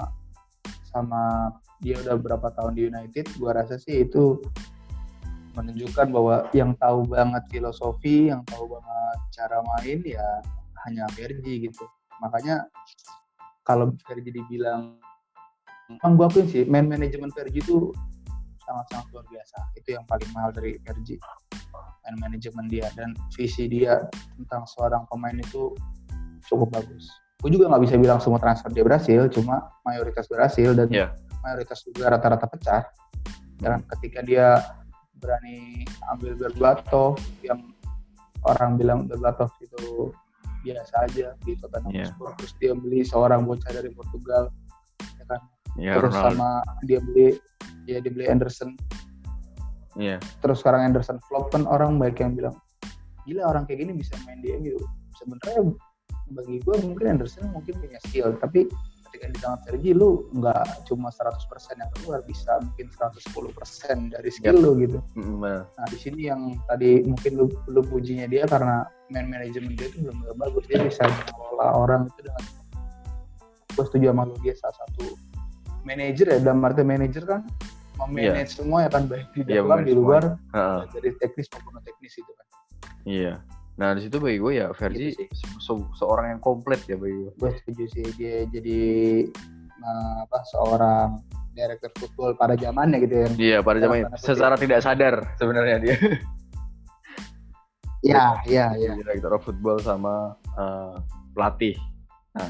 [SPEAKER 2] dia udah berapa tahun di United, gue rasa sih itu menunjukkan bahwa yang tahu banget filosofi, yang tahu banget cara main ya hanya Fergie gitu. Makanya kalau Fergie dibilang, gue akuin sih manajemen Fergie itu sangat-sangat luar biasa. Itu yang paling mahal dari Fergie, manajemen dia dan visi dia tentang seorang pemain itu cukup bagus. Gue juga nggak bisa bilang semua transfer dia berhasil, cuma mayoritas berhasil dan mayoritas juga rata-rata pecah. Dan ketika dia berani ambil Berbatov yang orang bilang Berbatov itu biasa aja di Tottenham Hotspur, terus dia beli seorang bocah dari Portugal, ya kan? Terus Ronaldo. Sama dia beli Anderson. Terus sekarang Anderson flop, kan orang baik yang bilang gila orang kayak gini bisa main di MU. Sebenarnya bagi gue mungkin Anderson mungkin punya skill, tapi ketika di tangan Fergie lu nggak cuma 100% yang keluar, bisa mungkin 110% dari skill lu gitu. Nah di sini yang tadi mungkin lu pujinya dia karena manajemen dia itu belum bagus, dia bisa mengelola orang itu dengan. Gue setuju sama lu, dia salah satu manajer ya, dalam arti manajer kan memanage semua ya kan, baik di dalam di luar, dari teknis maupun teknis itu kan.
[SPEAKER 1] Nah di situ bagi gue ya Fergie seorang yang komplit ya bagi gue.
[SPEAKER 2] Gue setuju sih, dia jadi seorang direktur football pada zamannya gitu ya.
[SPEAKER 1] Iya pada zamannya, secara tidak sadar sebenarnya dia.
[SPEAKER 2] Iya.
[SPEAKER 1] Direktur football sama pelatih. Nah,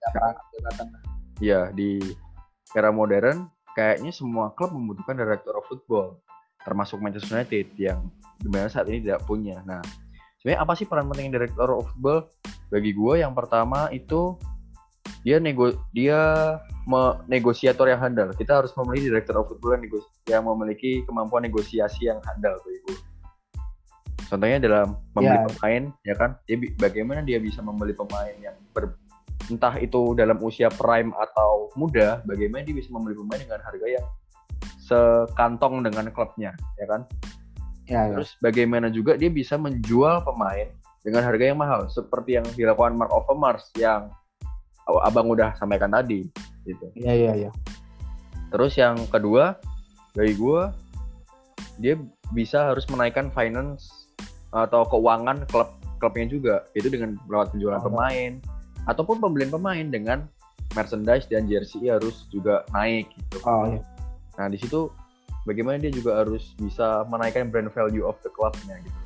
[SPEAKER 1] di era modern kayaknya semua klub membutuhkan direktur football, termasuk Manchester United yang dimana saat ini tidak punya. Nah, sebenarnya apa sih peran penting direktur football? Bagi gue yang pertama itu dia negosiator yang handal. Kita harus memiliki direktur football yang memiliki kemampuan negosiasi yang handal bagi gue. Contohnya dalam membeli pemain, ya kan? Bagaimana dia bisa membeli pemain yang entah itu dalam usia prime atau muda, bagaimana dia bisa membeli pemain dengan harga yang sekantong dengan klubnya, ya kan? Terus bagaimana juga dia bisa menjual pemain dengan harga yang mahal, seperti yang dilakukan Mark Overmars yang abang udah sampaikan tadi, gitu.
[SPEAKER 2] Iya.
[SPEAKER 1] Terus yang kedua, bagi gue, dia bisa harus menaikkan finance atau keuangan klubnya juga, itu dengan lewat penjualan pemain ataupun pembelian pemain dengan merchandise dan jersey harus juga naik gitu. Nah di situ bagaimana dia juga harus bisa menaikkan brand value of the clubnya gitu.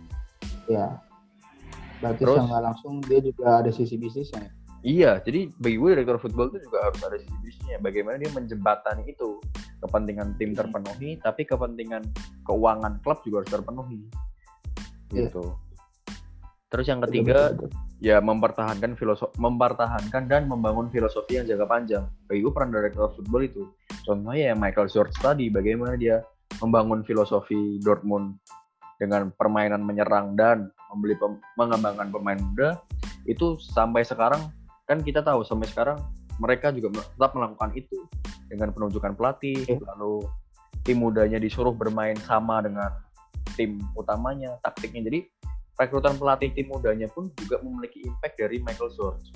[SPEAKER 2] Berarti secara langsung dia juga ada sisi bisnisnya.
[SPEAKER 1] Iya, jadi bagi gue direktur football itu juga harus ada sisi bisnisnya. Bagaimana dia menjembatani itu, kepentingan tim terpenuhi, tapi kepentingan keuangan klub juga harus terpenuhi. Gitu. Terus yang ketiga, ya mempertahankan dan membangun filosofi yang jangka panjang. Bagi gue peran direktur football itu, contohnya ya Michael Schwartz tadi, bagaimana dia membangun filosofi Dortmund dengan permainan menyerang dan mengembangkan pemain muda. Itu sampai sekarang kan kita tahu sampai sekarang mereka juga tetap melakukan itu dengan penunjukan pelatih, lalu tim mudanya disuruh bermain sama dengan tim utamanya, taktiknya. Jadi rekrutan pelatih tim mudanya pun juga memiliki impact dari Michael Schwartz.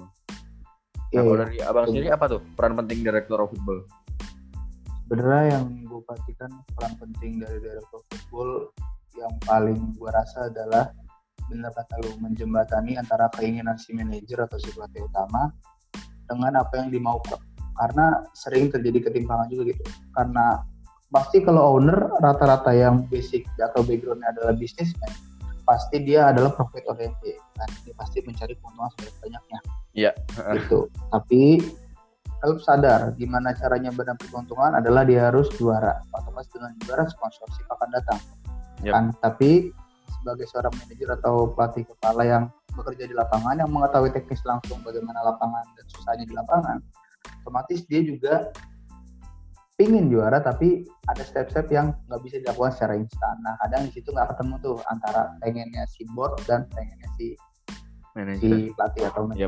[SPEAKER 1] Kalau dari abang sendiri apa tuh peran penting direktur football?
[SPEAKER 2] Sebenarnya yang gue perhatikan peran penting dari direktur football yang paling gue rasa adalah benar kata lu, menjembatani antara keinginan si manajer atau si pelatih utama dengan apa yang dimaukan. Karena sering terjadi ketimpangan juga gitu. Karena pasti kalau owner rata-rata yang basic atau backgroundnya adalah bisnismen, pasti dia adalah profit oriented, kan? Dia pasti mencari keuntungan sebanyak-banyaknya. Gitu. Tapi klub sadar gimana caranya mendapat keuntungan adalah dia harus juara. Otomatis dengan juara sponsorship akan datang. Kan? Tapi sebagai seorang manajer atau pelatih kepala yang bekerja di lapangan, yang mengetahui teknis langsung bagaimana lapangan dan susahnya di lapangan, otomatis dia juga pingin juara, tapi ada step-step yang nggak bisa dilakukan secara instan. Nah, kadang di situ nggak ketemu tuh antara pengennya si board dan pengennya si pelatih atau manajer.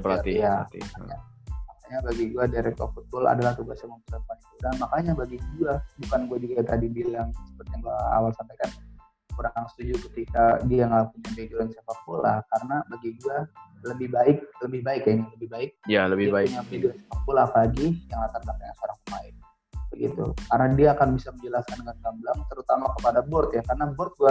[SPEAKER 2] Makanya bagi gue direktur football adalah tugas yang mempersiapkan itu. Dan makanya bagi gue, bukan gue juga tadi bilang seperti yang gue awal sampaikan, kurang setuju ketika dia nggak punya background sepak bola, karena bagi gue lebih baik dia punya background sepak bola apalagi yang latar belakangnya seorang pemain. Begitu, karena dia akan bisa menjelaskan dengan gamblang, terutama kepada board ya, karena board gua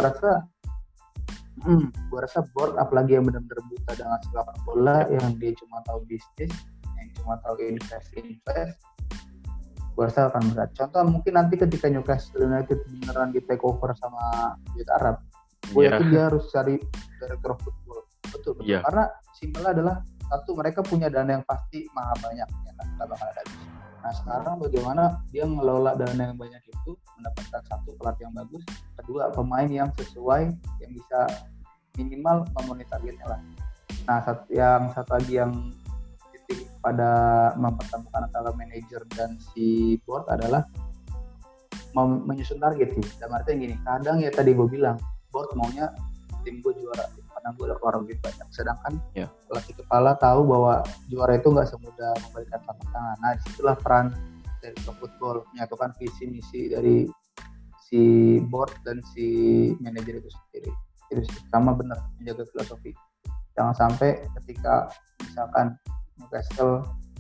[SPEAKER 2] rasa board apalagi yang benar-benar buta dengan sepak bola, yang dia cuma tahu bisnis, yang cuma tahu invest, Gua rasa akan berat. Contoh mungkin nanti ketika Newcastle United beneran di take over sama Liga Arab, gue yakin dia harus cari director of football. Betul.
[SPEAKER 1] Iya.
[SPEAKER 2] Karena simpelnya adalah satu, mereka punya dana yang pasti maha banyak, ya kan? Nggak bakal ada habis. Nah sekarang bagaimana dia ngelola dana yang banyak itu, mendapatkan satu pelatih yang bagus, kedua pemain yang sesuai, yang bisa minimal memenuhi targetnya lah. Nah yang satu lagi yang titik pada mempertemukan antara manajer dan si board adalah menyusun target sih. Dan artinya gini, kadang ya tadi gue bilang board maunya tim gue juara karena gue udah keluar duit banyak, sedangkan pelatih kepala tahu bahwa juara itu nggak semudah memberikan tepuk tangan. Nah disitulah peran dari football menyatukan visi misi dari si board dan si manajer itu sendiri. Itu sama benar menjaga filosofi. Jangan sampai ketika misalkan Newcastle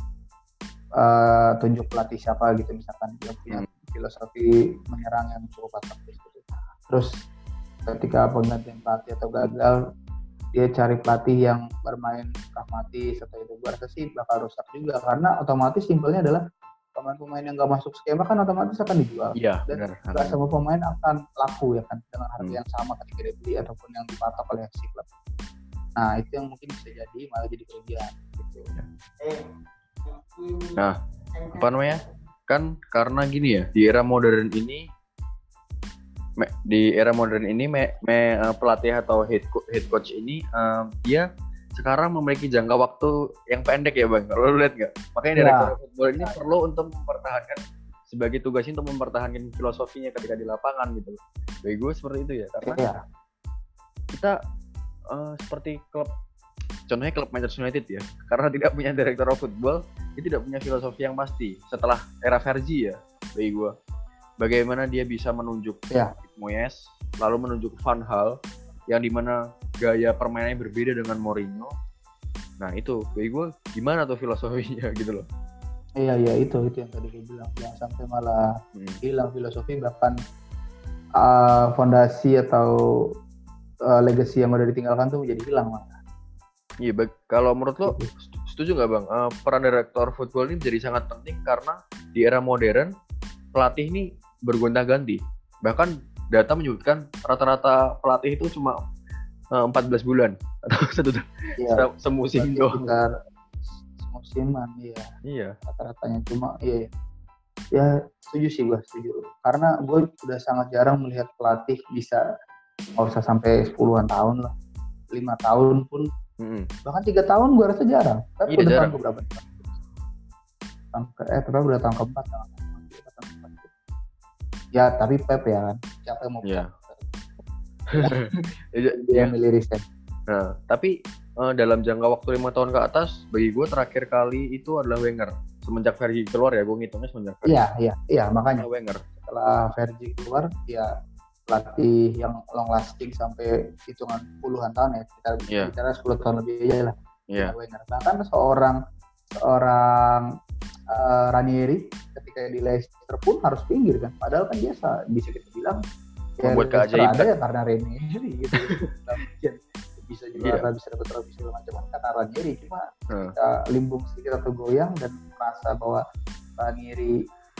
[SPEAKER 2] tunjuk pelatih siapa gitu, misalkan dia punya filosofi menyerang yang cukup atraktif gitu. Terus ketika penggantian pelatih atau gagal, dia cari pelatih yang bermain pragmatis atau itu, gue rasa sih bakal rusak juga, karena otomatis simpelnya adalah pemain-pemain yang nggak masuk skema kan otomatis akan dijual.
[SPEAKER 1] Iya,
[SPEAKER 2] dan nggak semua pemain akan laku ya kan dengan harga yang sama ketika dibeli ataupun yang dipatok oleh si klub. Nah itu yang mungkin bisa jadi malah jadi kerugian gitu.
[SPEAKER 1] Nah apa namanya, kan karena gini ya, di era modern ini pelatih atau head coach ini dia sekarang memiliki jangka waktu yang pendek ya bang, kalau lu lihat nggak? Makanya direktur football ini perlu untuk mempertahankan, sebagai tugasnya untuk mempertahankan filosofinya ketika di lapangan gitu. Bagi gue seperti itu ya, karena kita seperti klub, contohnya klub Manchester United ya, karena tidak punya direktur football, dia tidak punya filosofi yang pasti. Setelah era Fergie ya, bagi gue, bagaimana dia bisa menunjuk Moyes, lalu menunjuk Van Gaal, yang dimana gaya permainannya berbeda dengan Mourinho. Nah itu, bagi gue gimana tuh filosofinya gitu loh.
[SPEAKER 2] Iya itu yang tadi gue bilang, jangan sampai malah hilang filosofi, bahkan fondasi atau legacy yang udah ditinggalkan tuh menjadi hilang malah.
[SPEAKER 1] Iya, kalau menurut lo setuju nggak bang? Peran direktur football ini jadi sangat penting karena di era modern pelatih ini bergonta-ganti. Bahkan data menyebutkan rata-rata pelatih itu cuma 14 bulan atau semusim doang.
[SPEAKER 2] Semusiman,
[SPEAKER 1] iya.
[SPEAKER 2] Rata-ratanya cuma ya setuju sih gue, karena gue udah sangat jarang melihat pelatih bisa, nggak usah sampai 10-an tahun lah, 5 tahun pun, bahkan 3 tahun gue rasa jarang. Tapi udah tahun keberapa? Udah tahun keempat kan? Ya tapi Pep ya kan, siapa yang mau Pep? Dia milih riset.
[SPEAKER 1] Nah tapi dalam jangka waktu 5 tahun ke atas, bagi gue terakhir kali itu adalah Wenger. Semenjak Fergie keluar ya, gue ngitungnya semenjak Fergie.
[SPEAKER 2] Iya makanya
[SPEAKER 1] Wenger.
[SPEAKER 2] Setelah Fergie keluar, ya pelatih yang long lasting sampai hitungan puluhan tahun ya, kita bicara 10 tahun lebih aja lah. Wenger. Bahkan seorang Ranieri ketika di Leicester pun harus pinggir kan, padahal kan biasa bisa kita bilang
[SPEAKER 1] membuat keajaiban
[SPEAKER 2] ya karena Ranieri gitu. Bisa juara, bisa dapat trofi segala macam karena Ranieri, cuma kita limbung sedikit atau goyang dan merasa bahwa Ranieri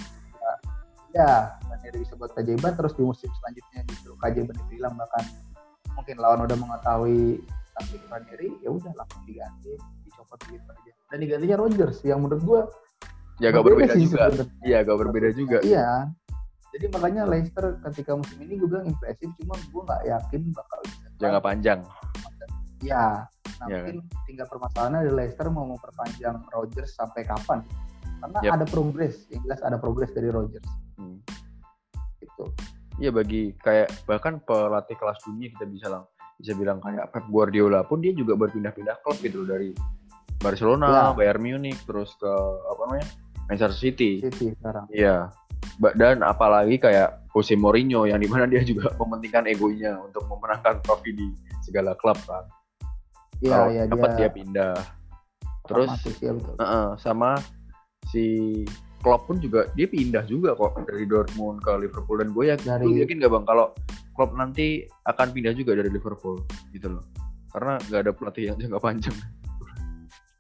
[SPEAKER 2] Ranieri bisa buat keajaiban, terus di musim selanjutnya justru keajaiban itu hilang, bahkan mungkin lawan udah mengetahui taktik Ranieri, ya udah langsung diganti, dicopot gitu aja. Dan digantinya Rodgers yang menurut gua
[SPEAKER 1] agak berbeda juga. Iya, agak berbeda juga.
[SPEAKER 2] Iya. Jadi makanya Leicester ketika musim ini gue bilang impresif, cuma gue nggak yakin bakal bisa
[SPEAKER 1] jangka panjang.
[SPEAKER 2] Ya, mungkin tinggal permasalahannya di Leicester mau memperpanjang Rodgers sampai kapan? Karena ada progres, yang jelas ada progres dari Rodgers. Gitu.
[SPEAKER 1] Iya, bagi kayak bahkan pelatih kelas dunia kita bisa bilang kayak Pep Guardiola pun dia juga berpindah-pindah klub gitu dari Barcelona, Bayern Munich, terus ke Manchester City
[SPEAKER 2] sekarang.
[SPEAKER 1] Iya. Dan apalagi kayak Jose Mourinho yang dimana dia juga mementingkan egonya untuk memenangkan trofi di segala klub kan. Iya, dapat dia pindah. Terus sama si Klopp pun juga dia pindah juga kok dari Dortmund ke Liverpool, dan gue yakin nggak bang kalau Klopp nanti akan pindah juga dari Liverpool gitu loh, karena nggak ada pelatih yang jangka panjang.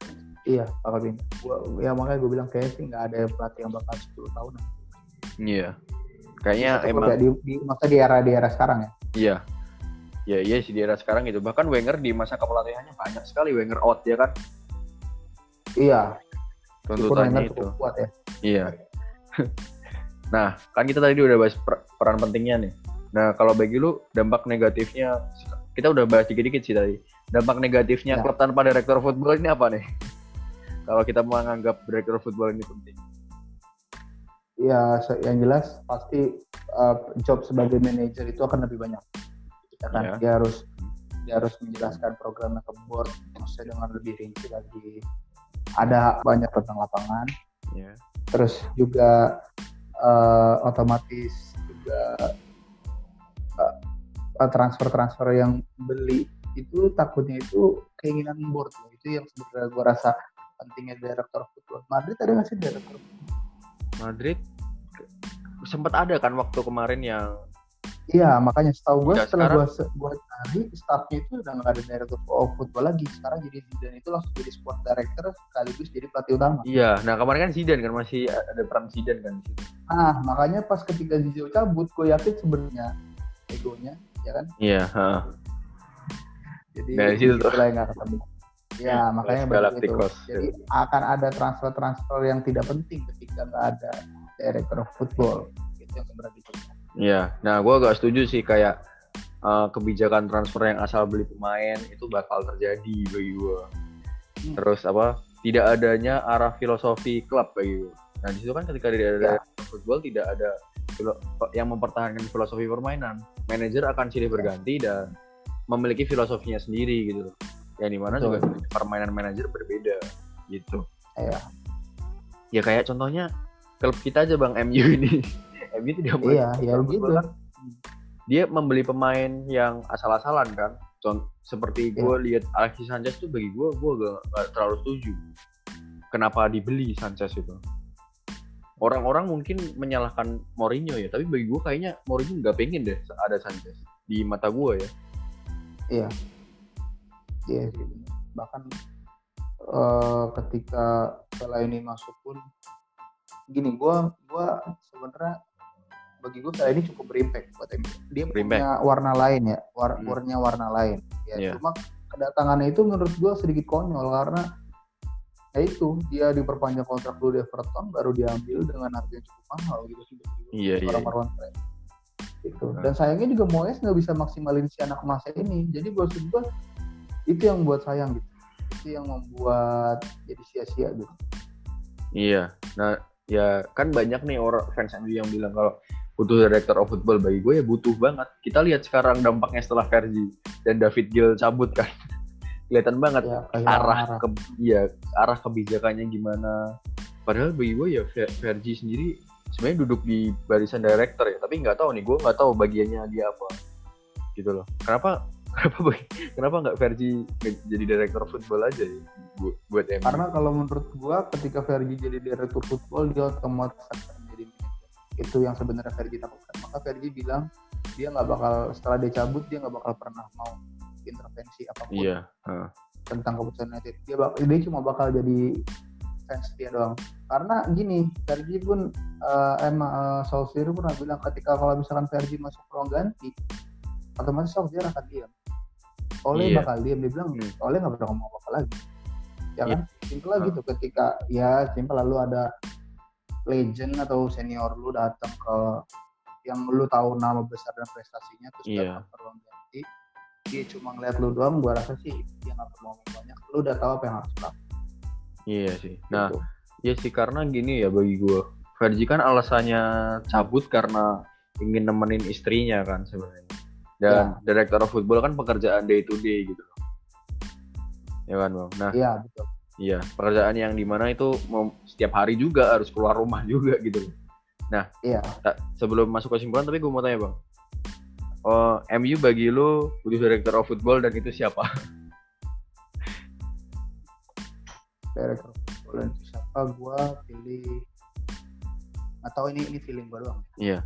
[SPEAKER 2] Iya, bakal pindah. Ya makanya gue bilang kayak sih nggak ada pelatih yang bakal 10 tahun.
[SPEAKER 1] Iya.
[SPEAKER 2] Di
[SPEAKER 1] Kayaknya
[SPEAKER 2] satu klub
[SPEAKER 1] emang
[SPEAKER 2] ya, masa di era sekarang ya.
[SPEAKER 1] iya. Iya sih di era sekarang gitu. Bahkan Wenger di masa kepelatihannya banyak sekali Wenger out ya kan.
[SPEAKER 2] Iya.
[SPEAKER 1] Tuntutannya itu.
[SPEAKER 2] Cukup kuat ya.
[SPEAKER 1] Iya. Nah, kan kita tadi udah bahas peran pentingnya nih. Nah, kalau bagi lu dampak negatifnya, kita udah bahas dikit-dikit sih tadi. Dampak negatifnya klub tanpa direktur football ini apa nih? Kalau kita menganggap direktur football ini penting.
[SPEAKER 2] Ya, yang jelas pasti job sebagai manajer itu akan lebih banyak. Ya kan? Yeah. Dia harus menjelaskan programnya ke board, maksudnya dengan lebih rinci lagi. Ada banyak tentang lapangan.
[SPEAKER 1] Yeah.
[SPEAKER 2] Terus juga otomatis juga transfer yang beli itu takutnya itu keinginan board. Itu yang sebenarnya gue rasa pentingnya direktur football. Madrid ada nggak sih direktur?
[SPEAKER 1] Madrid sempat ada kan waktu kemarin yang
[SPEAKER 2] iya, makanya setahu gue setelah gue cari staffnya itu udah nggak ada direktur football lagi. Sekarang jadi Zidane itu langsung jadi sport director sekaligus jadi pelatih utama.
[SPEAKER 1] Iya, nah kemarin kan Zidane kan masih ada peran Zidane kan di situ.
[SPEAKER 2] Nah, makanya pas ketika Zidane cabut, gue yakin sebenarnya egonya, ya kan?
[SPEAKER 1] Iya.
[SPEAKER 2] Jadi
[SPEAKER 1] dari situ tuh
[SPEAKER 2] yang nggak ketemu. Ya, makanya begitu. Jadi akan ada transfer yang tidak penting ketika nggak ada direktur football. Itu yang sebenarnya gitu.
[SPEAKER 1] Iya, nah gue agak setuju sih kayak kebijakan transfer yang asal beli pemain itu bakal terjadi bagi gue. Terus tidak adanya arah filosofi klub bagi gue. Nah di situ kan ketika tidak ada football tidak ada yang mempertahankan filosofi permainan. Manajer akan silih berganti dan memiliki filosofinya sendiri gitu. Yang dimana juga permainan manajer berbeda gitu.
[SPEAKER 2] Iya.
[SPEAKER 1] Ya kayak contohnya klub kita aja Bang MU ini. MU tidak boleh.
[SPEAKER 2] Iya, gitu.
[SPEAKER 1] Kan, dia membeli pemain yang asal-asalan kan. Seperti gue lihat Alexis Sanchez tuh bagi gue gak terlalu setuju. Kenapa dibeli Sanchez itu? Orang-orang mungkin menyalahkan Mourinho ya, tapi bagi gue kayaknya Mourinho nggak pengen deh ada Sanchez di mata gue ya.
[SPEAKER 2] Iya sih. Bahkan ketika Vela ini masuk pun gini, gue sebenarnya bagi gue Vela ini cukup berimpact buat MU. Dia punya warna lain ya, warna lain. Ya, cuma kedatangannya itu menurut gue sedikit konyol karena itu dia diperpanjang kontrak dulu di Everton baru diambil dengan harga yang cukup mahal gitu sih.
[SPEAKER 1] Iya.
[SPEAKER 2] Gitu. Dan sayangnya juga Moyes nggak bisa maksimalin si anak emasnya ini. Jadi gue itu yang buat sayang gitu. Itu yang membuat jadi sia-sia gitu.
[SPEAKER 1] Iya. Nah, ya kan banyak nih orang fans MU yang bilang kalau butuh director of football. Bagi gue ya butuh banget. Kita lihat sekarang dampaknya setelah Fergie dan David Gill cabut kan. Kelihatan banget arah kebijakannya gimana. Padahal bagi gue ya Fergie sendiri sebenarnya duduk di barisan director ya, tapi nggak tahu nih, gue nggak tahu bagiannya dia apa gitu loh. Kenapa nggak Fergie jadi direktur football aja ya buat MU?
[SPEAKER 2] Karena kalau menurut gue ketika Fergie jadi direktur football dia otomatis akan jadi manajer. Itu yang sebenarnya Fergie takutkan. Maka Fergie bilang dia nggak bakal, setelah dia cabut dia nggak bakal pernah mau intervensi apapun tentang keputusan United. Dia cuma bakal jadi fans dia doang. Karena gini, Fergie pun Solskjaer pernah bilang ketika kalau misalkan Fergie masuk ruang ganti, otomatis Solskjaer akan diam. Oleh bakal diam, dia bilang Oleh nggak pernah ngomong apa-apa lagi. Ya kan? Simpel lah gitu. Ketika simpel lalu ada legend atau senior lu datang ke yang lu tahu nama besar dan prestasinya terus datang ke ruang ganti, dia cuma ngeliat lu doang, gua rasa sih dia nggak perlu ngomong banyak. Lu udah tahu apa yang harus lakukan.
[SPEAKER 1] Iya sih. Nah, ya sih karena gini ya bagi gue, Fergie kan alasannya cabut karena ingin nemenin istrinya kan sebenarnya. Dan director of football kan pekerjaan day to day gitu loh. Ya kan Bang? Nah,
[SPEAKER 2] iya betul.
[SPEAKER 1] Iya, pekerjaan yang dimana itu setiap hari juga harus keluar rumah juga gitu loh. Nah, sebelum masuk kesimpulan tapi gue mau tanya Bang. MU bagi lu butuh director of football dan itu siapa?
[SPEAKER 2] Director football itu siapa? Gue pilih, atau ini feeling gue doang.
[SPEAKER 1] Iya.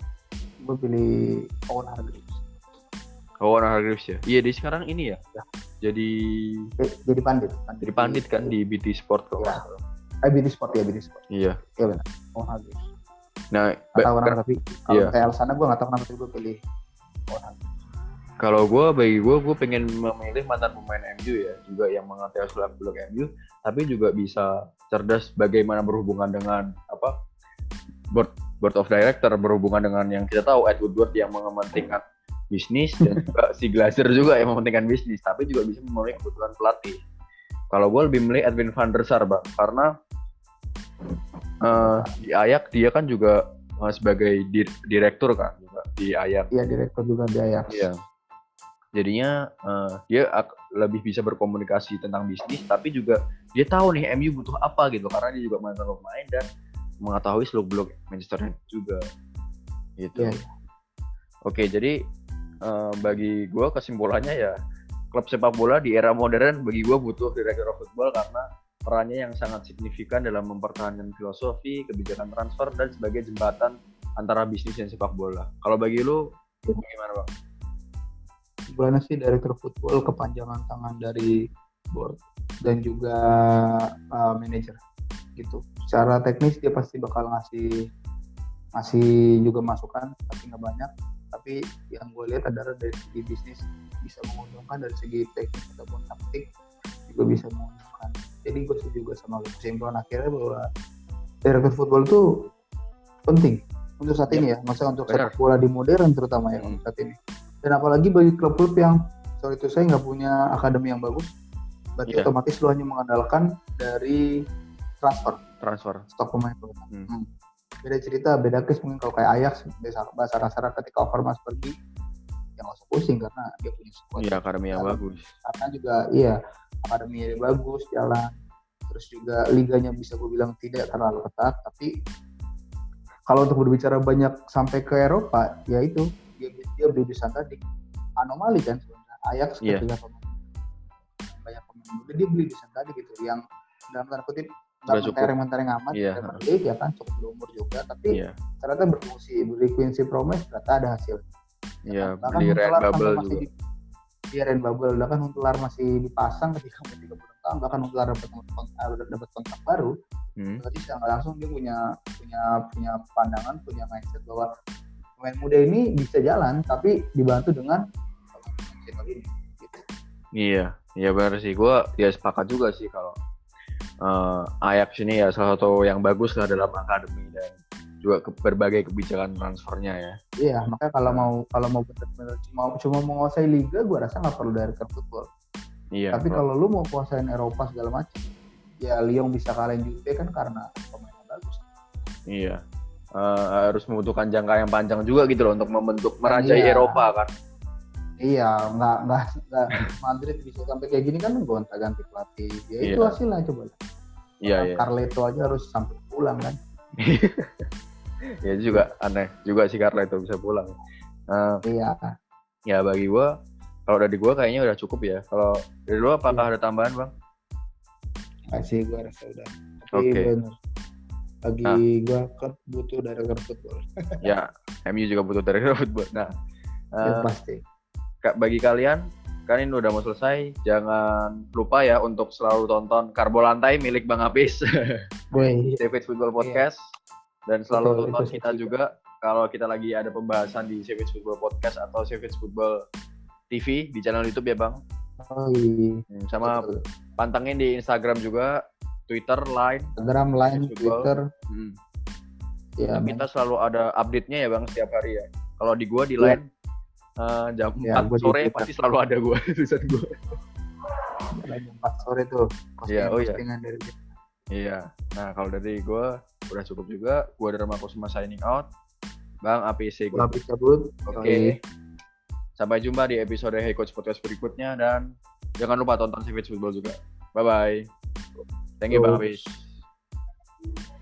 [SPEAKER 2] Gue pilih Owen Hargreaves.
[SPEAKER 1] Owen Hargreaves ya. Iya, dia sekarang ini ya. jadi
[SPEAKER 2] Jadi pandit.
[SPEAKER 1] kan di BT Sport kok.
[SPEAKER 2] Ya. BT Sport ya, BT Sport.
[SPEAKER 1] Iya.
[SPEAKER 2] Iya benar. Hagus.
[SPEAKER 1] Nah,
[SPEAKER 2] Nggak tahu kenapa, tapi kalau
[SPEAKER 1] iya.
[SPEAKER 2] kayak alasannya gue nggak tahu kenapa gue pilih Hagus.
[SPEAKER 1] Kalau bagi gue pengen memilih mantan pemain MU ya, juga yang mengerti seluk-beluk MU, tapi juga bisa cerdas bagaimana berhubungan dengan board of director, berhubungan dengan yang kita tahu Ed Woodward yang mementingkan bisnis dan juga si Glazer juga yang mementingkan bisnis, tapi juga bisa memenuhi kebutuhan pelatih. Kalau gue lebih milih Edwin van der Sar, Bang, karena di Ajax dia kan juga sebagai direktur kan juga di Ajax.
[SPEAKER 2] Iya, direktur juga di Ajax.
[SPEAKER 1] Iya. Jadinya dia lebih bisa berkomunikasi tentang bisnis, tapi juga dia tahu nih MU butuh apa gitu, karena dia juga mantan pemain dan mengetahui seluk-beluk Manchester United juga gitu.
[SPEAKER 2] Yeah.
[SPEAKER 1] Oke, jadi bagi gue kesimpulannya ya, klub sepak bola di era modern bagi gue butuh direktur football karena perannya yang sangat signifikan dalam mempertahankan filosofi, kebijakan transfer dan sebagai jembatan antara bisnis dan sepak bola. Kalau bagi lu gimana, Bang?
[SPEAKER 2] Sebenarnya sih direktur football kepanjangan tangan dari board dan juga manajer gitu. Secara teknis dia pasti bakal ngasih juga masukan, tapi nggak banyak. Tapi yang gue lihat adalah dari segi bisnis bisa menguntungkan, dari segi teknis ataupun taktik juga bisa menguntungkan. Jadi gue setuju juga sama kesimpulan akhirnya bahwa direktur football itu penting untuk saat ini ya, maksudnya untuk sepak bola di modern terutama ya untuk saat ini. Dan apalagi bagi klub-klub yang saya nggak punya akademi yang bagus, berarti otomatis lo hanya mengandalkan dari transfer stok pemain. Beda cerita, beda case mungkin kalau kayak Ajax bahasa kasar ketika Overmars pergi yang nggak usah pusing karena dia punya squad.
[SPEAKER 1] Iya, akademi yang bagus.
[SPEAKER 2] Karena juga akademinya bagus jalan, terus juga liganya bisa gue bilang tidak terlalu ketat, tapi kalau untuk berbicara banyak sampai ke Eropa, ya itu dia berbicara tadi anomali kan sebenarnya. Ajax ketika banyak pemain muda dia beli di tadi gitu, yang dalam tanda kutip nggak mentereng amat, ya kan cukup berumur juga, tapi ternyata berfungsi. Beli Quincy Promes ternyata ada hasil.
[SPEAKER 1] Iya, beli Ryan Babel juga.
[SPEAKER 2] Iya, Ryan Babel, bahkan Huntelaar masih dipasang ketika umur 30 tahun, bahkan Huntelaar dapat kontrak baru. Berarti secara langsung dia punya pandangan, punya mindset bahwa pemain muda ini bisa jalan, tapi dibantu dengan ini. Gitu.
[SPEAKER 1] Iya benar sih. Gue sepakat juga sih kalau Ajax ini ya salah satu yang bagus lah dalam akademi dan juga berbagai kebijakan transfernya ya.
[SPEAKER 2] Iya, makanya kalau mau benar-benar cuma menguasai liga, gue rasa nggak perlu direktur football. Iya. Tapi kalau lu mau kuasain Eropa segala macam, ya Lyon bisa kalahin Juve kan karena pemainnya bagus.
[SPEAKER 1] Iya. Harus membutuhkan jangka yang panjang juga gitu loh untuk membentuk merajai Eropa kan.
[SPEAKER 2] Iya, nggak Madrid bisa sampai kayak gini kan gonta-ganti pelatih. Ya itu hasilnya coba.
[SPEAKER 1] Iya.
[SPEAKER 2] Carleto aja harus sampai pulang kan.
[SPEAKER 1] Ya juga aneh juga sih Carleto bisa pulang.
[SPEAKER 2] Iya.
[SPEAKER 1] Ya bagi gua, kalau dari gua kayaknya udah cukup ya. Kalau dari lu apakah ada tambahan, Bang?
[SPEAKER 2] Nggak sih, gua rasa udah. Tapi benar. Bagi gua kan butuh direktur football.
[SPEAKER 1] Ya, MU juga butuh direktur football. Nah,
[SPEAKER 2] pasti.
[SPEAKER 1] Bagi kalian, kan ini udah mau selesai, jangan lupa ya untuk selalu tonton Karbo Lantai milik Bang Apis. Savage Football Podcast. Dan selalu tonton kita juga kalau kita lagi ada pembahasan di Savage Football Podcast atau Savage Football TV di channel YouTube ya, Bang. Sama pantengin di Instagram juga, Twitter, Line,
[SPEAKER 2] Twitter.
[SPEAKER 1] Ya, kita selalu ada update-nya ya, Bang, setiap hari ya. Kalau di gua di Line jam 4 sore pasti selalu ada gue tulisan gue.
[SPEAKER 2] Jam 4 sore tuh postingan dari kita.
[SPEAKER 1] Iya. Nah kalau dari gue udah cukup juga. Gue dari Marco Suma signing out. Bang APC gue. Oke. Sampai jumpa di episode Hey Coach Podcast berikutnya dan jangan lupa tonton Savage Football juga. Bye bye. Thank you Bang Apis.